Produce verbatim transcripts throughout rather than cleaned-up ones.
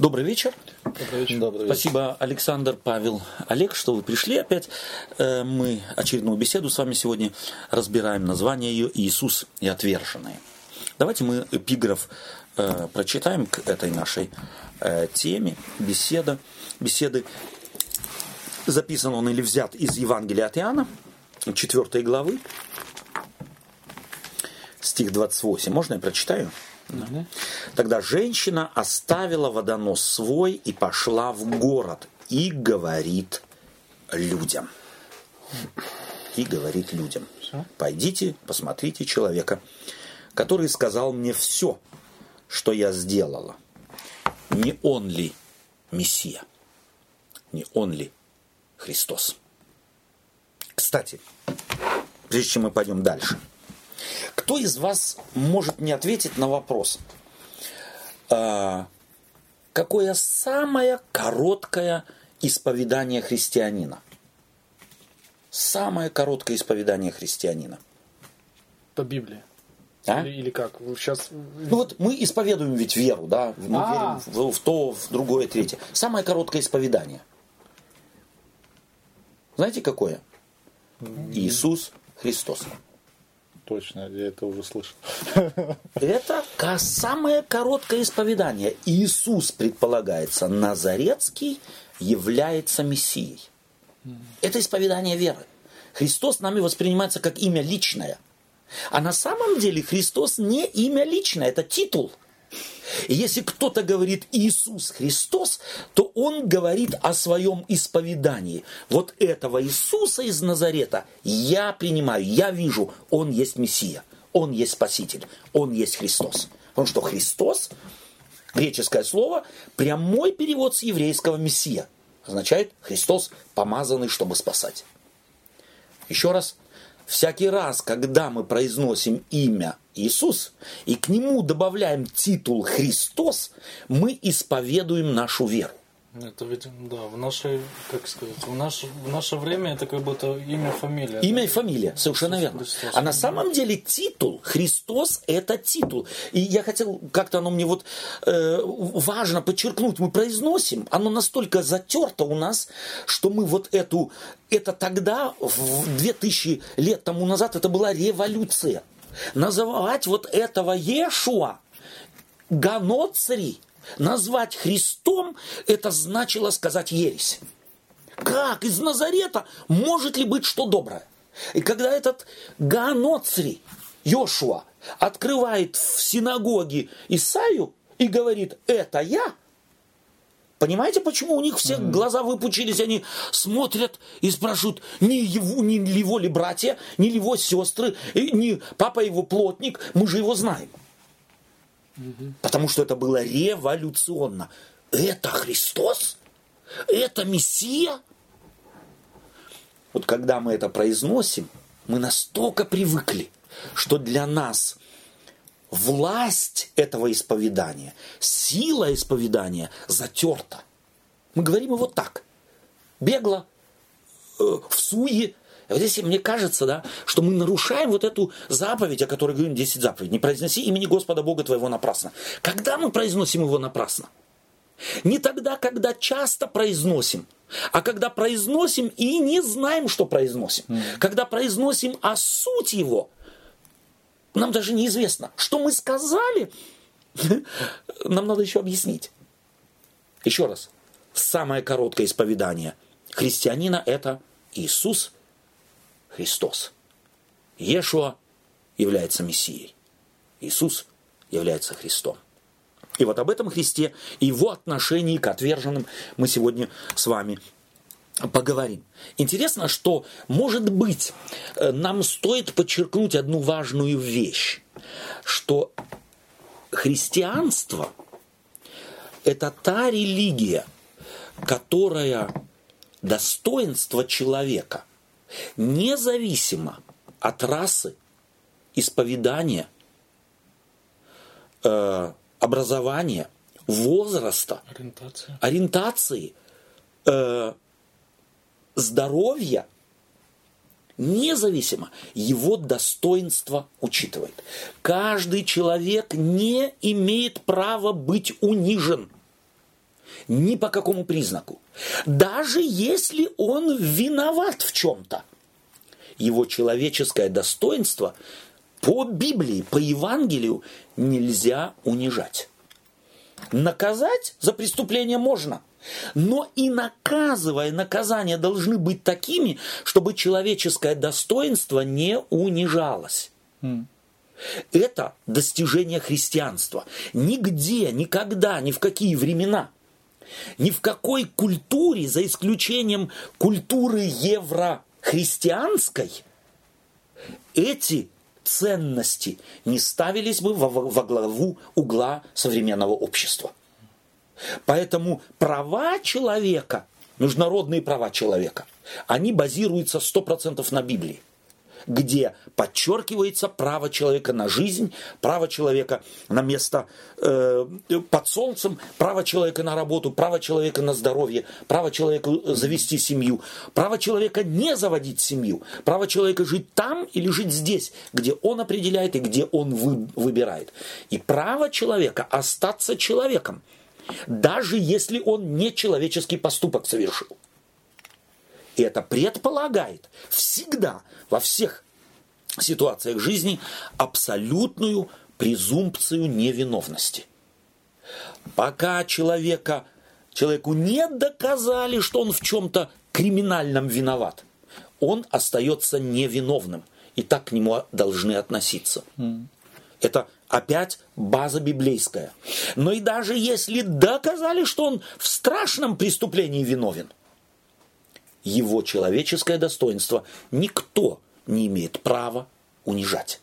Добрый вечер. Добрый вечер. Добрый вечер. Спасибо, Александр, Павел, Олег, что вы пришли опять. Мы очередную беседу с вами сегодня разбираем. Название ее «Иисус и отверженные». Давайте мы эпиграф прочитаем к этой нашей теме, беседа, беседы. Записан он или взят из Евангелия от Иоанна, четвёртой главы, стих двадцать восемь. Можно я прочитаю? Mm-hmm. Тогда женщина оставила водонос свой и пошла в город и говорит людям. И говорит людям. Пойдите, посмотрите человека, который сказал мне все, что я сделала. Не он ли Мессия? Не он ли Христос? Кстати, прежде чем мы пойдем дальше, кто из вас может мне ответить на вопрос, а, какое самое короткое исповедание христианина? Самое короткое исповедание христианина. По Библии. А? Или, или как? Сейчас... Ну вот мы исповедуем ведь веру, да? Мы А. верим в, в то, в другое, третье. Самое короткое исповедание. Знаете какое? Иисус Христос. Точно, я это уже слышал. Это самое короткое исповедание. Иисус, предполагается, Назаретский является Мессией. Это исповедание веры. Христос нами воспринимается как имя личное. А на самом деле Христос не имя личное, это титул. И если кто-то говорит Иисус Христос, то он говорит о своем исповедании. Вот этого Иисуса из Назарета я принимаю, я вижу, он есть Мессия, он есть Спаситель, он есть Христос. Потому что Христос, греческое слово, прямой перевод с еврейского Мессия, означает Христос помазанный, чтобы спасать. Еще раз. Всякий раз, когда мы произносим имя Иисус и к нему добавляем титул Христос, мы исповедуем нашу веру. Это ведь, да, в наше, как сказать, в наше, в наше время это как будто имя, фамилия. Имя да? и фамилия, совершенно верно. Христос. А на самом деле титул, Христос – это титул. И я хотел, как-то оно мне вот э, важно подчеркнуть, мы произносим, оно настолько затерто у нас, что мы вот эту, это тогда, в две тысячи лет тому назад, это была революция. Называть вот этого Иешуа Ганоцри, назвать Христом, это значило сказать ересь. Как из Назарета может ли быть что доброе? И когда этот Ганоцри, Йошуа, открывает в синагоге Исаию и говорит, это я, понимаете, почему у них все mm-hmm. глаза выпучились, они смотрят и спрашивают, не его, не его ли братья, не его сестры, не папа его плотник, мы же его знаем. Потому что это было революционно. Это Христос? Это Мессия? Вот когда мы это произносим, мы настолько привыкли, что для нас власть этого исповедания, сила исповедания затерта. Мы говорим его так, бегло, э, в суе. Вот здесь мне кажется, да, что мы нарушаем вот эту заповедь, о которой говорим десять заповедей. Не произноси имени Господа Бога твоего напрасно. Когда мы произносим его напрасно? Не тогда, когда часто произносим, а когда произносим и не знаем, что произносим. Mm. Когда произносим, а суть его нам даже неизвестно. Что мы сказали, нам надо еще объяснить. Еще раз. Самое короткое исповедание христианина – это Иисус Христос. Иешуа является Мессией. Иисус является Христом. И вот об этом Христе и его отношении к отверженным мы сегодня с вами поговорим. Интересно, что, может быть, нам стоит подчеркнуть одну важную вещь, что христианство – это та религия, которая достоинство человека – независимо от расы, исповедания, э, образования, возраста, ориентации, ориентации э, здоровья, независимо, его достоинство учитывает. Каждый человек не имеет права быть унижен. Ни по какому признаку. Даже если он виноват в чем-то. Его человеческое достоинство по Библии, по Евангелию нельзя унижать. Наказать за преступление можно. Но и наказывая, наказания должны быть такими, чтобы человеческое достоинство не унижалось. Mm. Это достижение христианства. Нигде, никогда, ни в какие времена, ни в какой культуре, за исключением культуры еврохристианской, эти ценности не ставились бы во, во главу угла современного общества. Поэтому права человека, международные права человека, они базируются сто процентов на Библии, где подчеркивается право человека на жизнь, право человека на место э, под солнцем, право человека на работу, право человека на здоровье, право человека завести семью, право человека не заводить семью, право человека жить там или жить здесь, где он определяет и где он вы, выбирает. И право человека остаться человеком, даже если он не человеческий поступок совершил. И это предполагает всегда, во всех ситуациях жизни, абсолютную презумпцию невиновности. Пока человека, человеку не доказали, что он в чем-то криминальном виноват, он остается невиновным. И так к нему должны относиться. Mm. Это опять база библейская. Но и даже если доказали, что он в страшном преступлении виновен, его человеческое достоинство никто не имеет права унижать.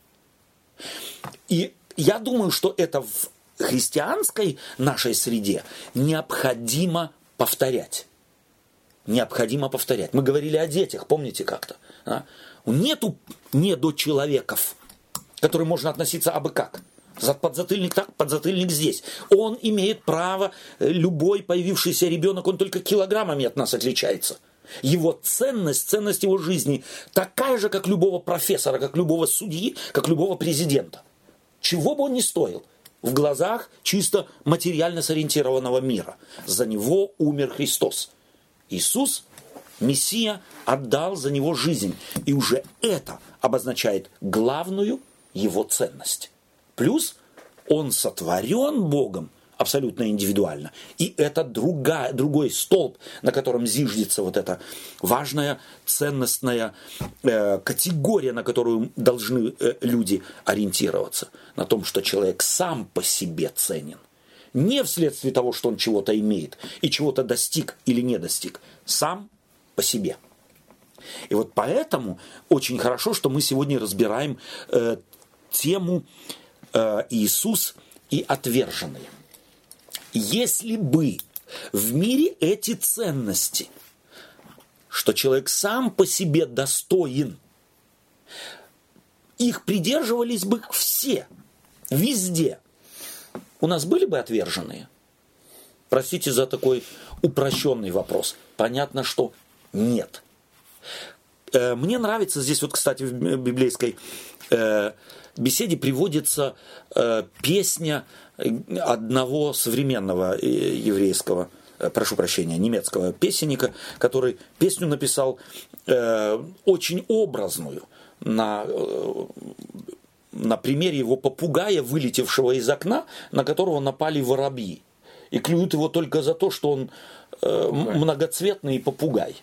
И я думаю, что это в христианской нашей среде необходимо повторять. Необходимо повторять. Мы говорили о детях, помните как-то? А? Нету недочеловеков, к которым можно относиться абы как. Подзатыльник так, подзатыльник здесь. Он имеет право, любой появившийся ребенок, он только килограммами от нас отличается. Его ценность, ценность его жизни такая же, как любого профессора, как любого судьи, как любого президента. Чего бы он ни стоил в глазах чисто материально сориентированного мира. За него умер Христос. Иисус, Мессия, отдал за него жизнь. И уже это обозначает главную его ценность. Плюс он сотворен Богом абсолютно индивидуально. И это другая, другой столб, на котором зиждется вот эта важная ценностная э, категория, на которую должны э, люди ориентироваться. На том, что человек сам по себе ценен. Не вследствие того, что он чего-то имеет и чего-то достиг или не достиг. Сам по себе. И вот поэтому очень хорошо, что мы сегодня разбираем э, тему э, Иисус и отверженные. Если бы в мире эти ценности, что человек сам по себе достоин, их придерживались бы все, везде, у нас были бы отверженные? Простите за такой упрощенный вопрос. Понятно, что нет. Мне нравится здесь, вот, кстати, в библейской беседе приводится песня одного современного еврейского, прошу прощения, немецкого песенника, который песню написал очень образную на, на примере его попугая, вылетевшего из окна, на которого напали воробьи. И клюют его только за то, что он многоцветный попугай.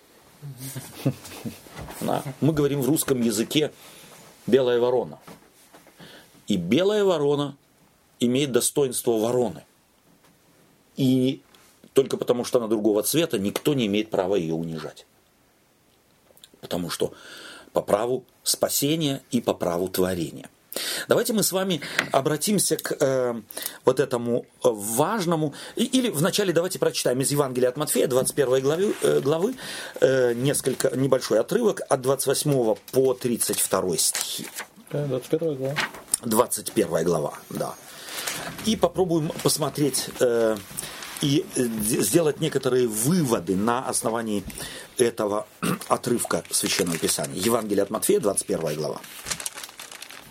Да. Мы говорим в русском языке «белая ворона». И белая ворона имеет достоинство вороны. И только потому, что она другого цвета, никто не имеет права ее унижать. Потому что по праву спасения и по праву творения. Давайте мы с вами обратимся к э, вот этому важному, или вначале давайте прочитаем из Евангелия от Матфея, двадцать первой главы, э, главы э, несколько, небольшой отрывок от двадцать восьмого по тридцать второй стихи. двадцать первая глава. двадцать первая глава, да. И попробуем посмотреть э, и сделать некоторые выводы на основании этого отрывка Священного Писания. Евангелие от Матфея, двадцать первая глава.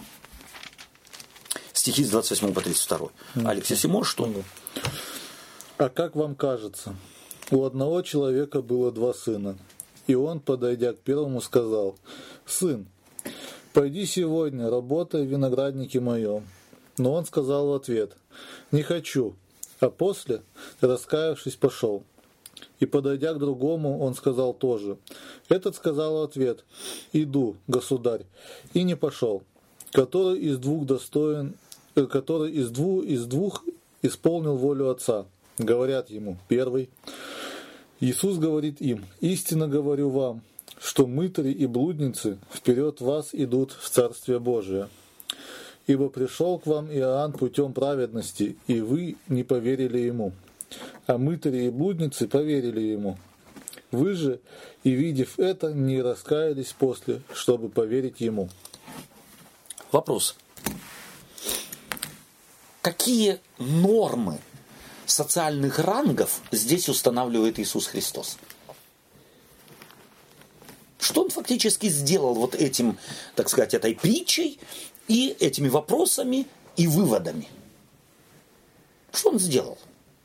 Стихи с двадцать восьмого по тридцать второй. Mm-hmm. Алекс, если можешь, что? Mm-hmm. А как вам кажется, у одного человека было два сына, и он, подойдя к первому, сказал: «Сын, пойди сегодня, работай в винограднике моем». Но он сказал в ответ: «Не хочу», а после, раскаявшись, пошел. И, подойдя к другому, он сказал тоже. Этот сказал в ответ: «Иду, государь», и не пошел. Который из двух достоин, который из двух, из двух исполнил волю отца? Говорят ему: первый. Иисус говорит им: истинно говорю вам, что мытари и блудницы вперед вас идут в Царствие Божие. Ибо пришел к вам Иоанн путем праведности, и вы не поверили ему. А мытари и блудницы поверили ему. Вы же, и видев это, не раскаялись после, чтобы поверить ему». Вопрос. Какие нормы социальных рангов здесь устанавливает Иисус Христос? Что он фактически сделал вот этим, так сказать, этой притчей и этими вопросами и выводами? Что он сделал?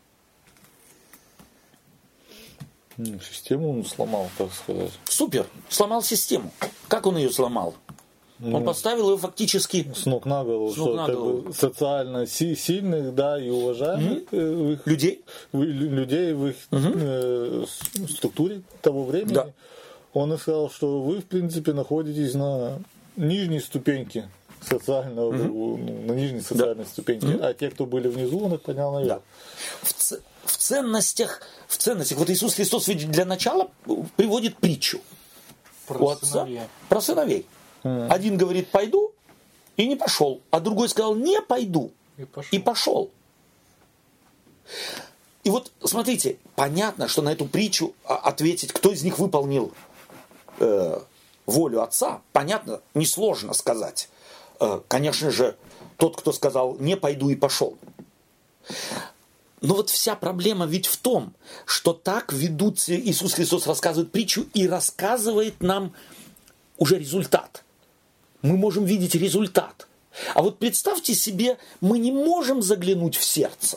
Систему он сломал, так сказать. Супер, сломал систему. Как он ее сломал? Он Ну, поставил ее фактически с ног на голову, с ног что на как голову. бы социально си- сильных, да, и уважаемых э, в их- людей. в- лю- людей в их э, с- структуре того времени. Да. Он и сказал, что вы, в принципе, находитесь на нижней ступеньке социального, ну, на нижней социальной ступеньке, а те, кто были внизу, он их поднял наверх. Да. В, ц- в ценностях, в ценностях. Вот Иисус Христос ведь для начала приводит притчу Про у отца сыновей. про сыновей. Один говорит: пойду, и не пошел, а другой сказал: не пойду, И пошел. и пошел. И вот смотрите, понятно, что на эту притчу а, ответить, кто из них выполнил э, волю отца, понятно, несложно сказать. Э, конечно же, тот, кто сказал: не пойду, и пошел. Но вот вся проблема ведь в том, что так ведут, Иисус Христос рассказывает притчу и рассказывает нам уже результат. Мы можем видеть результат. А вот представьте себе, мы не можем заглянуть в сердце.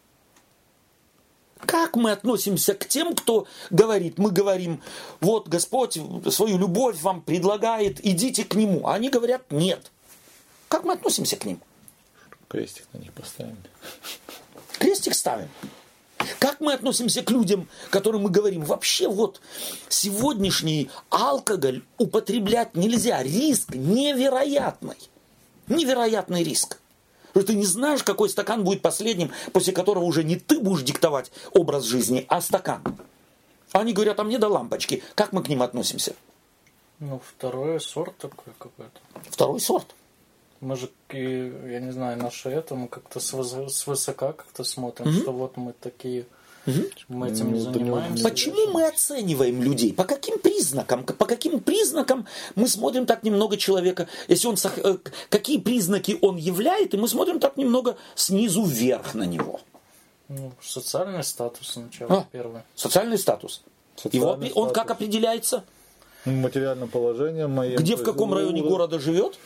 Как мы относимся к тем, кто говорит, мы говорим: вот Господь свою любовь вам предлагает, идите к Нему. А они говорят: нет. Как мы относимся к ним? Крестик на них поставили. Крестик ставим. Как мы относимся к людям, которым мы говорим: вообще вот сегодняшний алкоголь употреблять нельзя, риск невероятный. Невероятный риск. Что ты не знаешь, какой стакан будет последним, после которого уже не ты будешь диктовать образ жизни, а стакан. А они говорят: а мне до лампочки. Как мы к ним относимся? Ну, второй сорт такой какой-то. Второй сорт. Мы же, и, я не знаю, наши это, мы как-то свыс- свысока как-то смотрим, Мгм. что вот мы такие, Мгм. мы этим не Ну, да не- занимаемся. Почему мы оцениваем людей? По каким признакам? По каким признакам мы смотрим так немного человека? Если он сох- э, какие признаки он являет, и мы смотрим так немного снизу вверх на него. Ну, социальный статус сначала, А. первый. Социальный статус. Его, Социальный опре- он как статус. определяется? Материальное положение мое. Где, в каком районе города живет?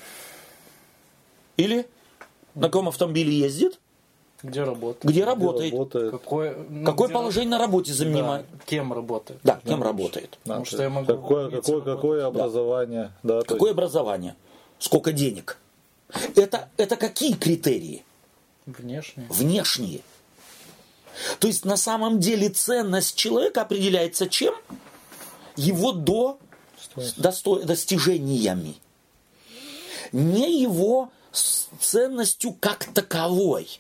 Или на каком автомобиле ездит? Где работает? Где работает? Работает. Какое, ну, Какое где- положение на работе Да, занимает? кем работает? Да, кем работает? Да, Потому то что я есть могу какое, убийцей какое, работать. какое образование. Да, то Какое есть образование? Сколько денег? Это, это какие критерии? Внешне. Внешние. То есть на самом деле ценность человека определяется чем? Его до досто- достижениями. Не его с- ценностью как таковой.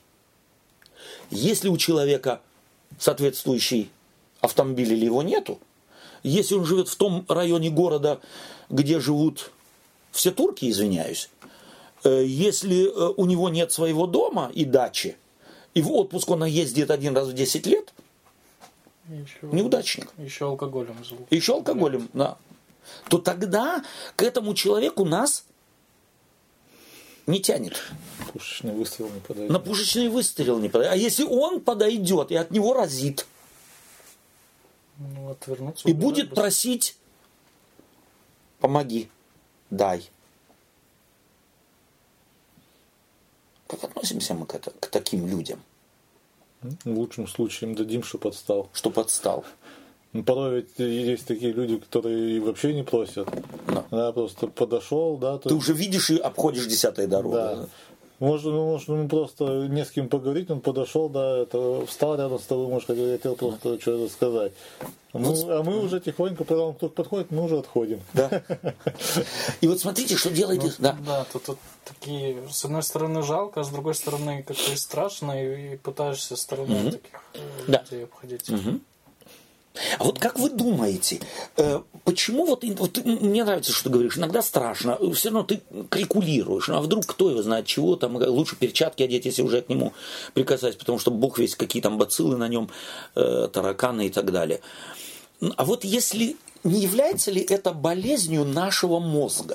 Если у человека соответствующий автомобиль или его нету, если он живет в том районе города, где живут все турки, извиняюсь, э, если э, у него нет своего дома и дачи, и в отпуск он ездит один раз в десять лет, Еще, неудачник. еще алкоголем зовут. Еще алкоголем, да, то тогда к этому человеку нас не тянет. пушечный выстрел не подойдет. На пушечный выстрел не подойдет. А если он подойдет и от него разит, Ну, отвернуться. и убежать будет быстро. просить: помоги, дай. Как относимся мы к, это, к таким людям? В лучшем случае им дадим, что подстал. Что подстал. Ну, порой ведь есть такие люди, которые вообще не просят. Да. Да, просто подошел, да. То Ты есть, уже видишь и обходишь десятой дорогой. да. Может, ну, может, ему просто не с кем поговорить, он подошел, да, это, встал рядом с тобой, может, хотел просто что-то сказать. Ну, вот, а мы уже тихонько, когда он кто-то подходит, мы уже отходим. Да. И вот смотрите, что делает... Ну, да. да, тут, тут такие, с одной стороны жалко, а с другой стороны как-то и страшно, и, и пытаешься стороной Угу. таких э, Да. людей обходить. Угу. А вот как вы думаете, э, почему вот, вот ты- мне нравится, что ты говоришь, иногда страшно, все равно ты калькулируешь, ну а вдруг кто его знает чего, там лучше перчатки одеть, если уже к нему прикасаюсь, потому что бог весь какие там бациллы на нем, э, тараканы и так далее. А вот если не является ли это болезнью нашего мозга?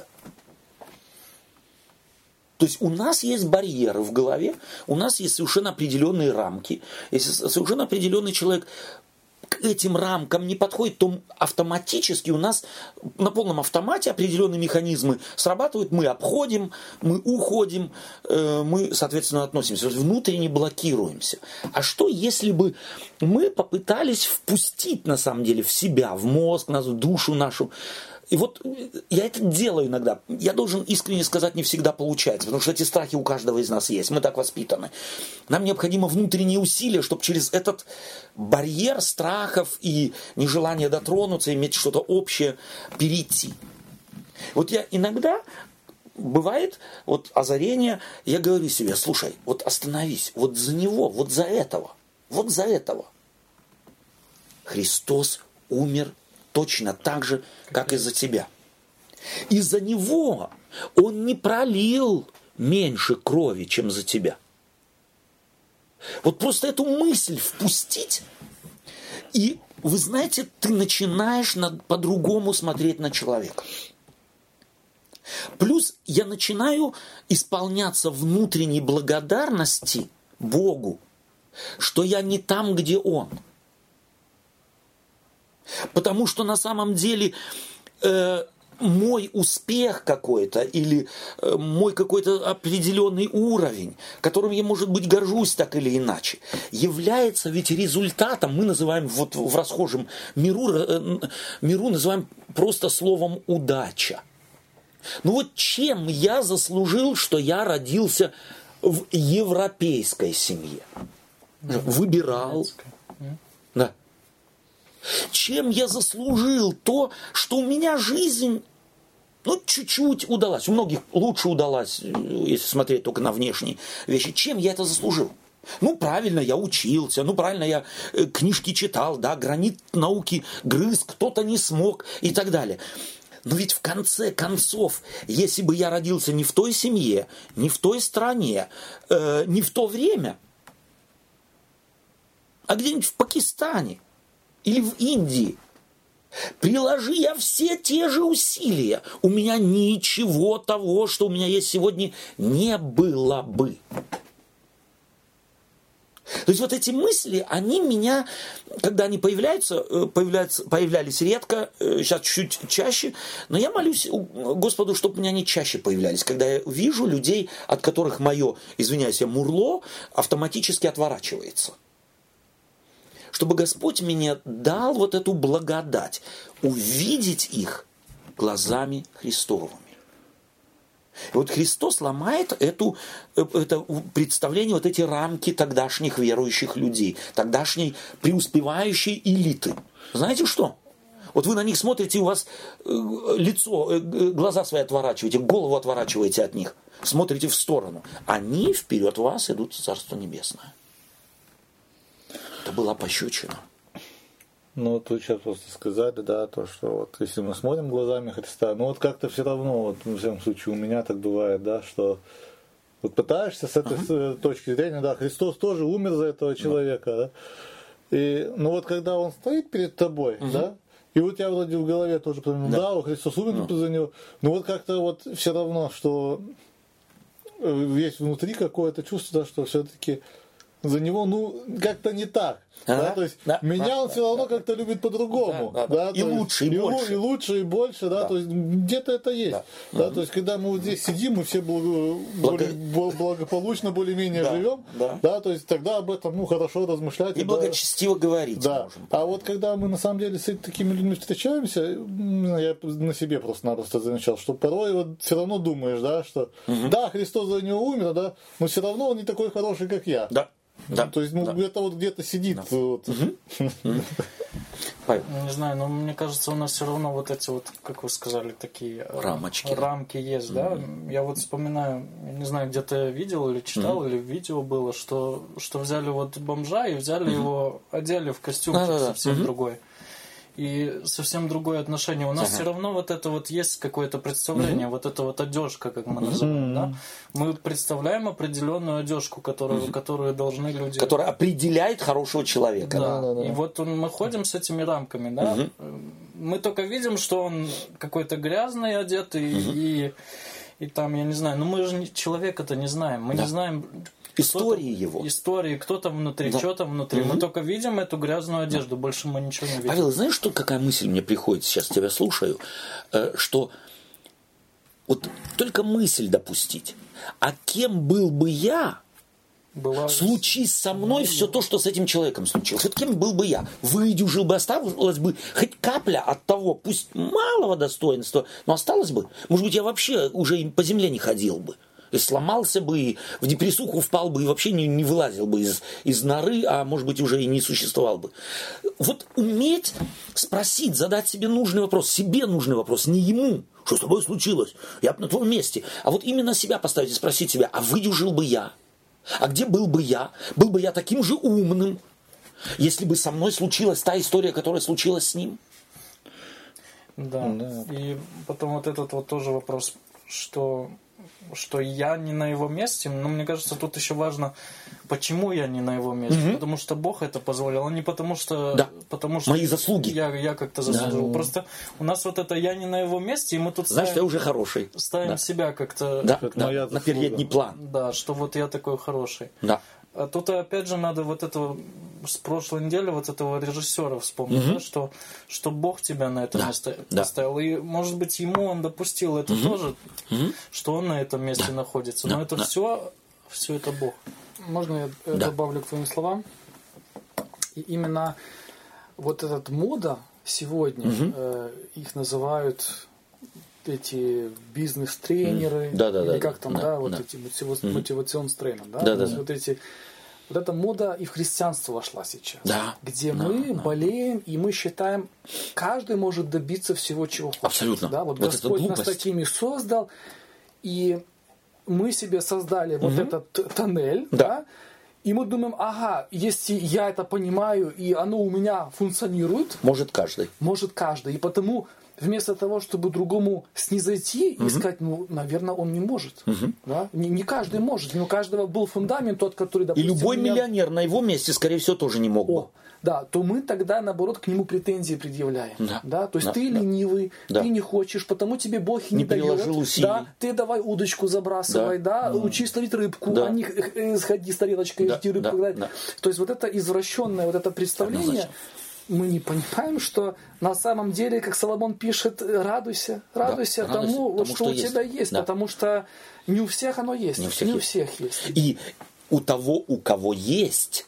То есть у нас есть барьеры в голове, у нас есть совершенно определенные рамки. Если совершенно определенный человек к этим рамкам не подходит, то автоматически у нас на полном автомате определенные механизмы срабатывают, мы обходим, мы уходим, э, мы, соответственно, относимся, внутренне блокируемся. А что, если бы мы попытались впустить, на самом деле, в себя, в мозг, в душу нашу? И вот я это делаю иногда. Я должен искренне сказать, не всегда получается, потому что эти страхи у каждого из нас есть. Мы так воспитаны. Нам необходимо внутренние усилия, чтобы через этот барьер страхов и нежелания дотронуться, иметь что-то общее, перейти. Вот я иногда, бывает, вот озарение, я говорю себе, слушай, вот остановись, вот за него, вот за этого, вот за этого. Христос умер точно так же, как и за тебя. Из-за него он не пролил меньше крови, чем за тебя. Вот просто эту мысль впустить, и, вы знаете, ты начинаешь на- по-другому смотреть на человека. Плюс я начинаю исполняться внутренней благодарности Богу, что я не там, где Он. Потому что на самом деле э, мой успех какой-то или э, мой какой-то определенный уровень, которым я, может быть, горжусь так или иначе, является ведь результатом, мы называем вот в расхожем миру, э, миру называем просто словом «удача». Ну вот чем я заслужил, что я родился в европейской семье? Выбирал. Да. Чем я заслужил то, что у меня жизнь, ну, чуть-чуть удалась. У многих лучше удалась, если смотреть только на внешние вещи. Чем я это заслужил? Ну, правильно, я учился, ну, правильно, я э, книжки читал, да, гранит науки грыз, кто-то не смог и так далее. Но ведь в конце концов, если бы я родился не в той семье, не в той стране, э, не в то время, а где-нибудь в Пакистане или в Индии, приложи я все те же усилия, у меня ничего того, что у меня есть сегодня, не было бы. То есть вот эти мысли, они меня, когда они появляются, появляются появлялись редко, сейчас чуть-чуть чаще, но я молюсь Господу, чтобы у меня они чаще появлялись, когда я вижу людей, от которых мое, извиняюсь, я мурло, автоматически отворачивается. Чтобы Господь мне дал вот эту благодать, увидеть их глазами Христовыми. И вот Христос ломает эту, это представление, вот эти рамки тогдашних верующих людей, тогдашней преуспевающей элиты. Знаете что? Вот вы на них смотрите, у вас лицо, глаза свои отворачиваете, голову отворачиваете от них, смотрите в сторону. Они вперед вас идут в Царство Небесное. Это была пощечина. Ну, вот вы сейчас просто сказали, да, то, что вот если мы смотрим глазами Христа, ну вот как-то все равно, вот в всяком случае у меня так бывает, да, что вот пытаешься с этой uh-huh. точки зрения, да, Христос тоже умер за этого человека, uh-huh. да, и, ну вот когда он стоит перед тобой, uh-huh. да, и у тебя вроде в голове тоже, да, да о, Христос умер uh-huh. за него, но вот как-то вот все равно, что есть внутри какое-то чувство, да, что все-таки за него, ну, как-то не так. Ага, да, то есть да, меня да, он да, все равно да, как-то любит по-другому. Да, да, Да, да. И то есть лучше, и лу- больше. И лучше, и больше, да, Да. то есть где-то это есть. Да. Да, то есть когда мы вот здесь сидим, мы все благо- Благо- более- бо- благополучно более-менее Да, живем, да. то есть тогда об этом ну, хорошо размышлять. И да. благочестиво говорить Да. можем. А вот когда мы на самом деле с такими людьми встречаемся, м, я на себе просто-напросто замечал, что порой вот все равно думаешь, да, что да, Христос за него умер, да, но все равно он не такой хороший, как я. Да. Да. То есть, ну, Да. это вот где-то сидит. Вот. Павел. Не знаю, но мне кажется, у нас все равно вот эти вот, как вы сказали, такие э, Рамочки. рамки есть, да. Я вот вспоминаю, я не знаю, где-то я видел или читал, или в видео было, что, что взяли вот бомжа и взяли его, одели в костюмчик Да-да-да. совсем Мгм. другой. И совсем другое отношение. У нас Ага. все равно вот это вот есть какое-то представление, вот это вот одежка, как мы называем, да. Мы представляем определенную одежку, которую, которую должны люди. Который определяет хорошего человека. Да. Да-да-да. И вот он- мы ходим с этими рамками, да. Мы только видим, что он какой-то грязный одетый и и там я не знаю, но мы же не- человека-то не знаем, мы Да. не знаем Истории кто там- его. истории, кто там внутри, Да. что там внутри. Мы только видим эту грязную одежду, больше мы ничего не видим. Павел, знаешь, что, какая мысль мне приходит, сейчас тебя слушаю, Э, что вот только мысль допустить, а кем был бы я, Была... случись со мной все то, что с этим человеком случилось. Вот кем был бы я? Выдюжил бы, осталась бы хоть капля от того, пусть малого достоинства, но осталось бы. Может быть, я вообще уже и по земле не ходил бы. И сломался бы, и в депрессуху впал бы, и вообще не, не вылазил бы из, из норы, а может быть, уже и не существовал бы. Вот уметь спросить, задать себе нужный вопрос, себе нужный вопрос, не ему, что с тобой случилось, я бы на твоем месте, а вот именно себя поставить и спросить себя, а выдюжил бы я? А где был бы я? Был бы я таким же умным, если бы со мной случилась та история, которая случилась с ним? Да. Да. И потом вот этот вот тоже вопрос, что, что я не на его месте, но мне кажется, тут еще важно, почему я не на его месте. Мгм. Потому что Бог это позволил, а не потому что, Да. потому что Мои заслуги. Я, я как-то заслужил. Да. Просто у нас вот это я не на его месте, и мы тут Значит, я ставим, уже хороший. ставим Да. себя как-то, Да, Это да, моя на заслуга. передний план. да, что вот я такой хороший. Да. А тут опять же надо вот этого с прошлой недели вот этого режиссера вспомнить, да, что, что Бог тебя на это Да, место да. поставил. И может быть ему он допустил это тоже, что он на этом месте находится. Но Да, это да. все, все это Бог. Можно я э, Да. добавлю к твоим словам? И именно вот этот мода сегодня, э, их называют эти бизнес-тренеры, Да, да, или да, как там, да, да, вот да. эти мотива- мотивационные тренеры, да, Да, То да, есть да. вот эти, вот эта мода и в христианство вошла сейчас, Да, где да, мы да. болеем и мы считаем, каждый может добиться всего, чего хочет. Абсолютно. Да, вот, Вот это Господь нас глупость. такими создал, и мы себе создали вот этот т- тоннель, Да. да, и мы думаем, ага, если я это понимаю, и оно у меня функционирует, Может каждый. может каждый. И потому вместо того, чтобы другому снизойти и сказать, ну, наверное, он не может. Да? Не, не каждый может. Не у каждого был фундамент тот, который, И допустим, любой у меня- миллионер на его месте, скорее всего, тоже не мог бы. О, да, то мы тогда, наоборот, к нему претензии предъявляем. Да. То есть Да, ты да. ленивый, Да. ты не хочешь, потому тебе Бог и не, Не приложил дает. усилий. Да, ты давай удочку забрасывай, да, учись ловить рыбку, Да. а не э, э, сходи с тарелочкой, Да, жди рыбку. да, да. да. То есть вот это извращенное вот это представление, Однозначно. мы не понимаем, что на самом деле, как Соломон пишет, радуйся, радуйся радуйся тому, вот, тому, что, что у есть. тебя есть, Да. потому что не у всех оно есть, Не у всех есть. всех есть. И у того, у кого есть,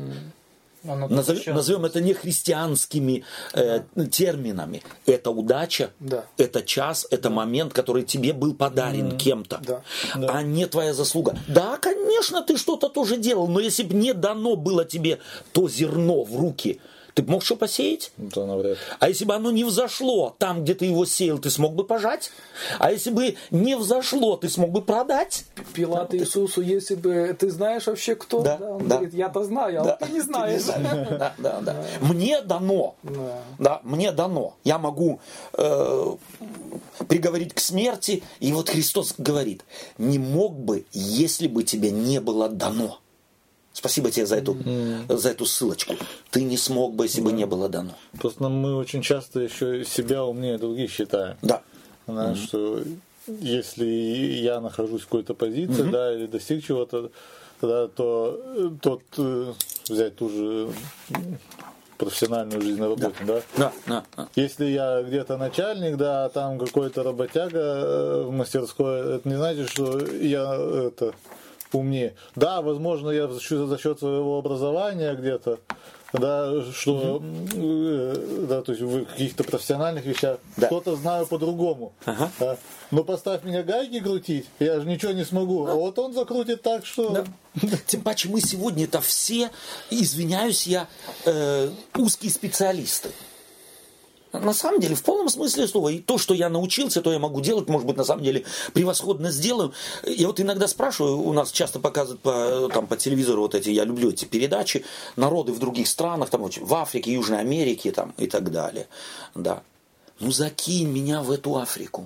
Оно назовем, вообще- назовем это не христианскими э, терминами, это удача, Да. это час, это момент, который тебе был подарен кем-то, Да. а не твоя заслуга. Да, конечно, ты что-то тоже делал, но если бы не дано было тебе то зерно в руки, ты бы мог что посеять? Да, навряд ли. А если бы оно не взошло там, где ты его сеял, ты смог бы пожать? А если бы не взошло, ты смог бы продать? Пилат Иисусу, если бы ты знаешь вообще кто, Да, он да. говорит, я-то знаю, а Да. вот ты не знаешь. Да, да, да. Мне дано. Да. Да, мне дано. Я могу э, приговорить к смерти. И вот Христос говорит, не мог бы, если бы тебе не было дано. Спасибо тебе за эту, за эту ссылочку. Ты не смог бы, если бы не было дано. Просто мы очень часто еще себя умнее других считаем. Да. Знаешь, что если я нахожусь в какой-то позиции, да, или достиг чего-то, да, то тот, э, взять ту же профессиональную жизнь на работе, да? Да, да, да. Если я где-то начальник, да, а там какой-то работяга в мастерской, это не значит, что я это умнее. Да, возможно, я за счет, за счет своего образования где-то, да, что, угу. да, то есть в каких-то профессиональных вещах да. что-то знаю по-другому. Ага. Да. Но поставь меня гайки крутить, я же ничего не смогу. Да. А вот он закрутит так, что... Да. Тем паче мы сегодня-то все, извиняюсь я, э, узкие специалисты. На самом деле, в полном смысле слова, и то, что я научился, то я могу делать, может быть, на самом деле, превосходно сделаю. Я вот иногда спрашиваю, у нас часто показывают по, там, по телевизору вот эти, я люблю эти передачи, народы в других странах, там, в Африке, Южной Америке там, и так далее. Да. Ну, закинь меня в эту Африку.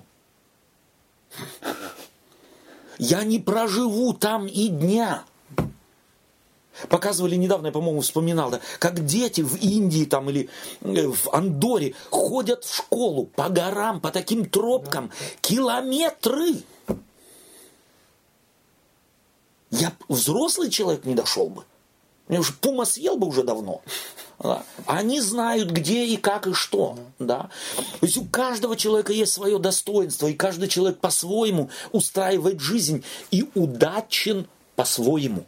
Я не проживу там и дня. Показывали недавно, я, по-моему, вспоминал, да, как дети в Индии там, или в Андорре ходят в школу по горам, по таким тропкам, километры. Я взрослый человек не дошел бы. Меня уже пума съел бы уже давно. Да. Они знают, где и как и что. Да. То есть у каждого человека есть свое достоинство, и каждый человек по-своему устраивает жизнь и удачен по-своему.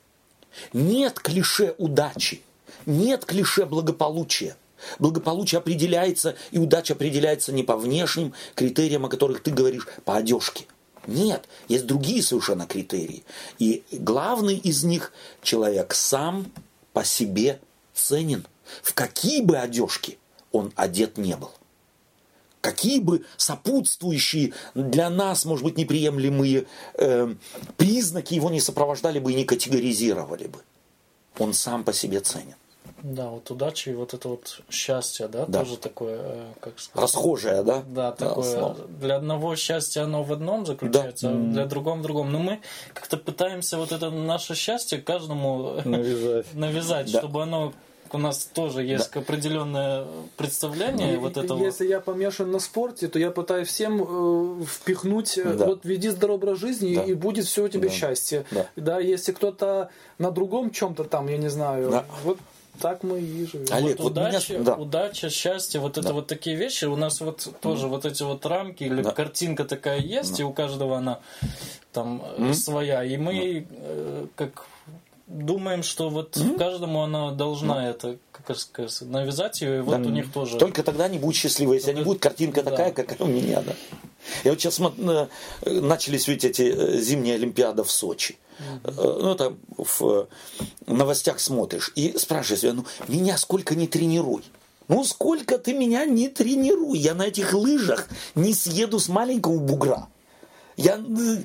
Нет клише удачи, нет клише благополучия. Благополучие определяется, и удача определяется не по внешним критериям, о которых ты говоришь, по одежке. Нет, есть другие совершенно критерии. И главный из них – человек сам по себе ценен. В какие бы одежки он одет не был. Какие бы сопутствующие для нас, может быть, неприемлемые э, признаки его не сопровождали бы и не категоризировали бы. Он сам по себе ценен. Да, вот удача и вот это вот счастье, да, да. тоже такое, как сказать... Расхожее, да? Да, такое. Да, для одного счастье оно в одном заключается, да. а для другого в другом. Но мы как-то пытаемся вот это наше счастье каждому навязать, навязать да. чтобы оно... У нас тоже есть да. определенное представление. И, вот этого. Если я помешан на спорте, то я пытаюсь всем э, впихнуть, да. вот веди здоровый образ жизни, да. и будет все у тебя да. счастье. Да. Да, если кто-то на другом чем-то там, я не знаю, да. вот так мы и живем. Олег, вот вот удача, меня... да. удача, счастье, вот да. это вот такие вещи. У нас вот тоже mm. вот эти вот рамки или да. картинка такая есть, mm. и у каждого она там mm. своя. И мы mm. э, как... думаем, что вот mm-hmm. каждому она должна mm-hmm. это, как сказать, навязать ее, и вот да. у них тоже... Только тогда они будут счастливы, если Только... не будет картинка да. такая, какая у меня. Да. Я вот сейчас смотрю, начались ведь эти зимние Олимпиады в Сочи. Mm-hmm. Ну, там в новостях смотришь и спрашиваешь себя, ну, меня сколько не тренируй. Ну, сколько ты меня не тренируй, я на этих лыжах не съеду с маленького бугра. Я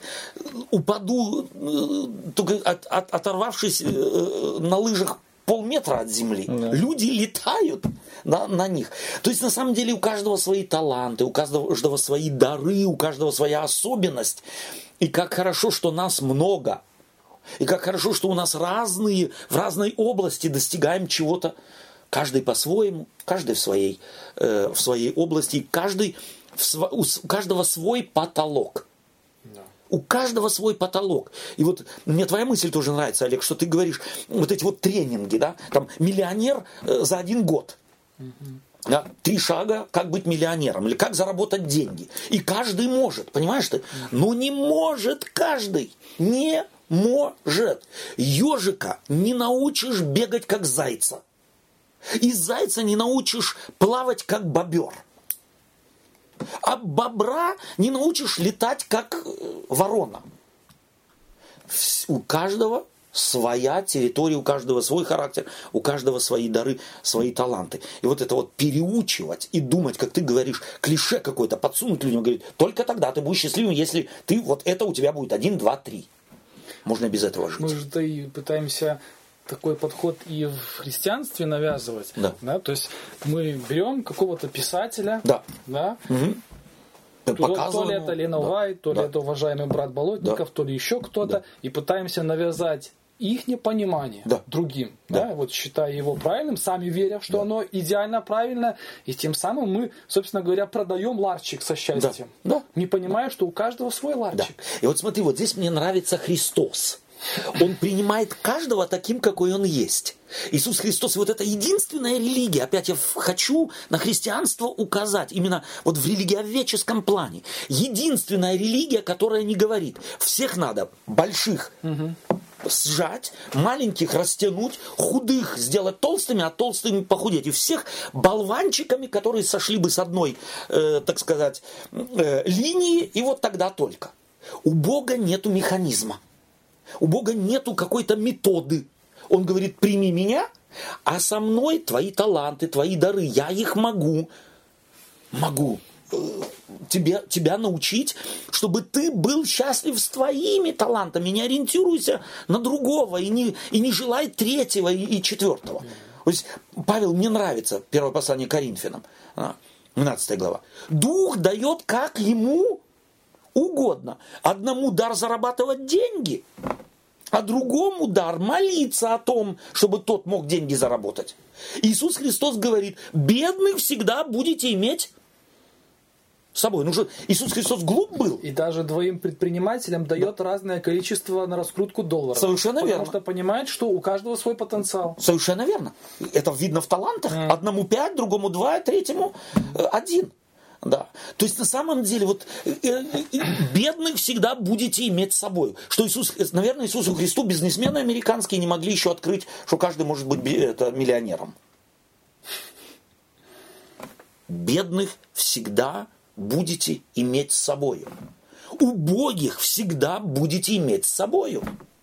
упаду, только от, от, оторвавшись на лыжах полметра от земли. Да. Люди летают на, на них. То есть, на самом деле, у каждого свои таланты, у каждого свои дары, у каждого своя особенность. И как хорошо, что нас много. И как хорошо, что у нас разные, в разной области достигаем чего-то. Каждый по-своему, каждый в своей, э, в своей области. Каждый, в, у каждого свой потолок. У каждого свой потолок. И вот мне твоя мысль тоже нравится, Олег, что ты говоришь, вот эти вот тренинги, да, там миллионер э, за один год. Угу. Да, три шага, как быть миллионером, или как заработать деньги. И каждый может, понимаешь ты? Но не может каждый. Не может. Ежика не научишь бегать, как зайца. И зайца не научишь плавать, как бобер. А бобра не научишь летать, как ворона. У каждого своя территория, у каждого свой характер, у каждого свои дары, свои таланты. И вот это вот переучивать и думать, как ты говоришь, клише какое-то подсунуть людям, говорить, только тогда ты будешь счастливым, если ты, вот это у тебя будет один, два, три. Можно без этого жить. Мы же и пытаемся... такой подход и в христианстве навязывать. Да. Да? То есть мы берем какого-то писателя, да. Да? Угу. То, то ли это Лена да. Уайт, то да. ли это уважаемый брат Болотников, да. то ли еще кто-то, да. и пытаемся навязать их непонимание да. другим, да. Да? Вот считая его правильным, сами веря, что да. оно идеально правильно, и тем самым мы, собственно говоря, продаем ларчик со счастьем, да. Да. не понимая, что у каждого свой ларчик. Да. И вот смотри, вот здесь мне нравится Христос. Он принимает каждого таким, какой он есть. Иисус Христос, вот это единственная религия, опять я хочу на христианство указать, именно вот в религиоведческом плане. Единственная религия, которая не говорит, всех надо больших угу. сжать, маленьких растянуть, худых сделать толстыми, а толстыми похудеть. И всех болванчиками, которые сошли бы с одной, э, так сказать, э, линии, и вот тогда только. У Бога нету механизма. У Бога нету какой-то методы. Он говорит, прими меня, а со мной твои таланты, твои дары, я их могу, могу э, тебя, тебя научить, чтобы ты был счастлив с твоими талантами. Не ориентируйся на другого и не, и не желай третьего и, и четвертого. То есть Павел, мне нравится первое послание к Коринфянам, двенадцатая глава. Дух дает, как ему угодно. Одному дар зарабатывать деньги, а другому дар молиться о том, чтобы тот мог деньги заработать. Иисус Христос говорит, бедных всегда будете иметь с собой. Ну же, Иисус Христос глуп был. И даже двоим предпринимателям дает да. разное количество на раскрутку долларов. Совершенно потому верно. Потому что понимает, что у каждого свой потенциал. Совершенно верно. Это видно в талантах. Mm. Одному пять, другому два, третьему один. Да. То есть на самом деле вот э, э, бедных всегда будете иметь с собой. Что Иисус, наверное, Иисусу Христу бизнесмены американские не могли еще открыть, что каждый может быть это, миллионером. Бедных всегда будете иметь с собой. Убогих всегда будете иметь с собой.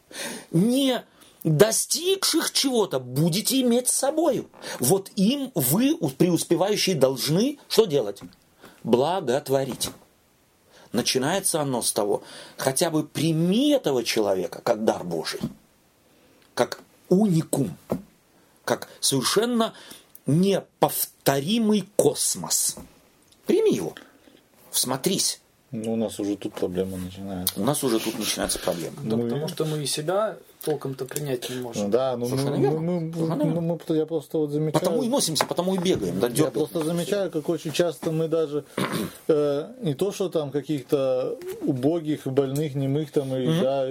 Не достигших чего-то будете иметь с собой. Вот им вы, преуспевающие, должны что делать? Благотворить. Начинается оно с того, хотя бы прими этого человека как дар Божий, как уникум, как совершенно неповторимый космос. Прими его, всмотрись. Ну, у нас уже тут проблема начинается. У нас уже тут начинается проблема. Да, ну, потому и... что мы и себя толком-то принять не можем. Ну, да, ну мы, мы, мы, мы, мы, я просто вот замечаю... Потому и носимся, потому и бегаем. Да, я просто замечаю, как очень часто мы даже э, не то, что там каких-то убогих, больных, немых там, и, mm-hmm. да,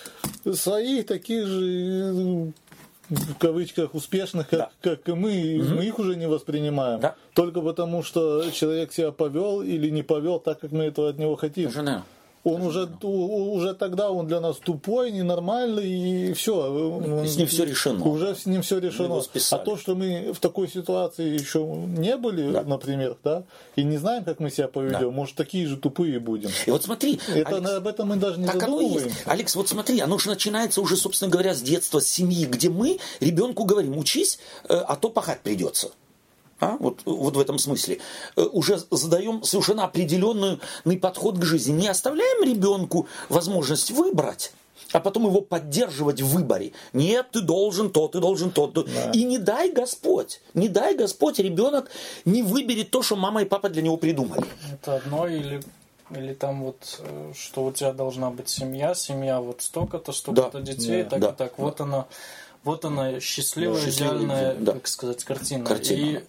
и своих таких же... в кавычках успешных, как, да. как и мы, mm-hmm. мы их уже не воспринимаем. Да. Только потому, что человек себя повел или не повел так, как мы этого от него хотим. Жена. Он уже, уже тогда он для нас тупой, ненормальный, и все. С ним все решено. Уже с ним все решено. А то, что мы в такой ситуации еще не были, да. например, да, и не знаем, как мы себя поведем, да. может, такие же тупые будем. И вот смотри, это, Алекс, об этом мы даже не так задумываемся. Алекс, вот смотри, оно же начинается уже, собственно говоря, с детства, с семьи, где мы ребенку говорим, учись, а то пахать придется. А? Вот, вот в этом смысле. Уже задаем совершенно определенный подход к жизни. Не оставляем ребенку возможность выбрать, а потом его поддерживать в выборе. Нет, ты должен то, ты должен то. то. Да. И не дай Господь, не дай Господь, ребенок не выберет то, что мама и папа для него придумали. Это одно или... Или там вот, что у тебя должна быть семья, семья вот столько-то, столько-то да. детей, да. так да. и так. Вот да. она, вот она счастливая, да, идеальная, да. как сказать, картина. картина. И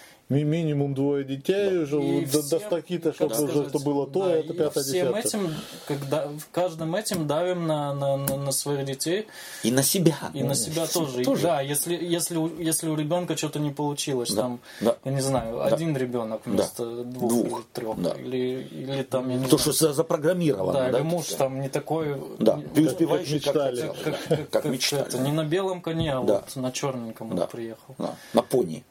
минимум двое детей, да. уже и до, всем, до стаки-то, чтобы сказать, уже что было то, да, это пятое, всем десятое. этим, когда в каждом этим давим на, на, на, на своих детей. И на себя. И ну, на себя тоже. тоже. И, да, если, если, если у ребенка что-то не получилось, да. там, да. я не знаю, да. один ребенок вместо да. двух, двух или трех, да. или, или там, я не то, знаю. что запрограммировано. Да, да, или муж там не такой... Да, не, преуспевающий, как мечтали. Как, как, как, как мечтали. Это, не на белом коне, а да. вот на черненьком да. он приехал. Да. На пони.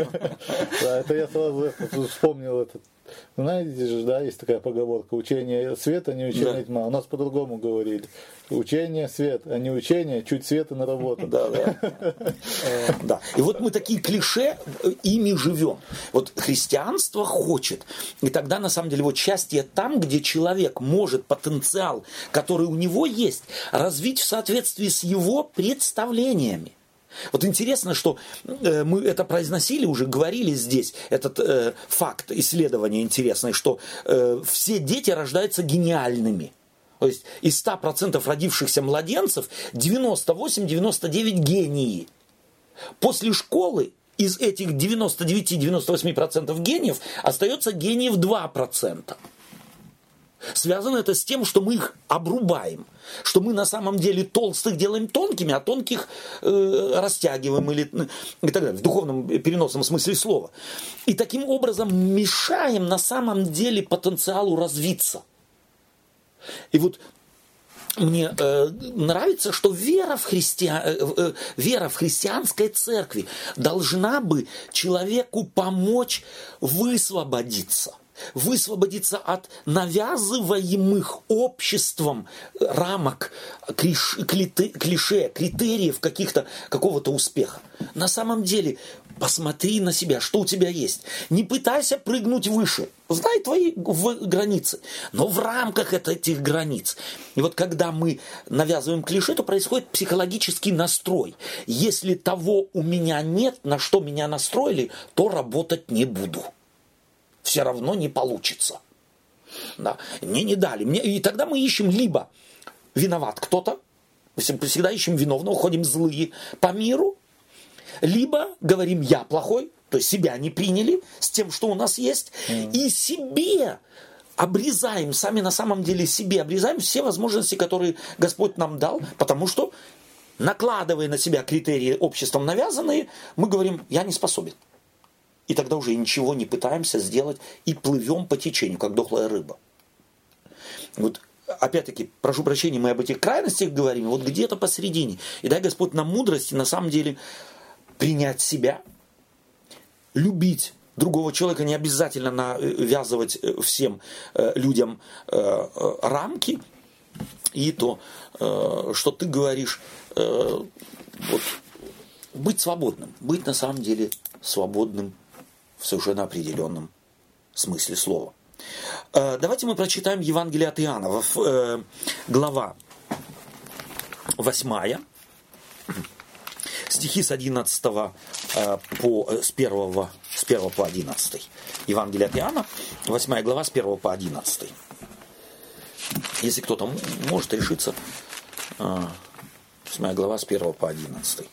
Да, это я сразу вспомнил этот. Знаете же, да, есть такая поговорка: учение света, не учение тьма. У нас по-другому говорили. Учение свет, а не учение, чуть света наработано. Да, да. Да. И вот мы такие клише, ими живем. Вот христианство хочет. И тогда, на самом деле, вот счастье там, где человек может потенциал, который у него есть, развить в соответствии с его представлениями. Вот интересно, что э, мы это произносили, уже говорили здесь, этот э, факт исследования интересный, что э, все дети рождаются гениальными. То есть из ста процентов родившихся младенцев девяносто восемь - девяносто девять гении. После школы из этих девяноста девяти - девяноста восьми процентов гениев остается гениев два процента. Связано это с тем, что мы их обрубаем, что мы на самом деле толстых делаем тонкими, а тонких э, растягиваем или, и так далее, в духовном переносном смысле слова. И таким образом мешаем на самом деле потенциалу развиться. И вот мне э, нравится, что вера в, христиан, э, э, вера в христианской церкви должна бы человеку помочь высвободиться. Высвободиться от навязываемых обществом рамок, клише, клише критериев каких-то, какого-то успеха. На самом деле, посмотри на себя, что у тебя есть. Не пытайся прыгнуть выше. Знай твои границы, но в рамках этих границ. И вот когда мы навязываем клише, то происходит психологический настрой. Если того у меня нет, на что меня настроили, то работать не буду. Все равно не получится. Да. Мне не дали. Мне... И тогда мы ищем либо виноват кто-то, мы всегда ищем виновного, ходим злые по миру, либо говорим я плохой, то есть себя не приняли с тем, что у нас есть, mm. и себе обрезаем, сами на самом деле себе обрезаем все возможности, которые Господь нам дал, потому что, накладывая на себя критерии обществом навязанные, мы говорим я не способен. И тогда уже ничего не пытаемся сделать и плывем по течению, как дохлая рыба. Вот опять-таки, прошу прощения, мы об этих крайностях говорим, вот где-то посередине. И дай Господь нам мудрости, на самом деле, принять себя, любить другого человека, не обязательно навязывать всем людям рамки. И то, что ты говоришь, вот, быть свободным, быть на самом деле свободным в совершенно определенном смысле слова. Давайте мы прочитаем Евангелие от Иоанна, глава восьмая, стихи с одиннадцатого по, с первого, с первого по одиннадцатый. Евангелие от Иоанна, восьмая глава, с первого по одиннадцатый. Если кто-то может решиться, восьмая глава, с первого по одиннадцатый.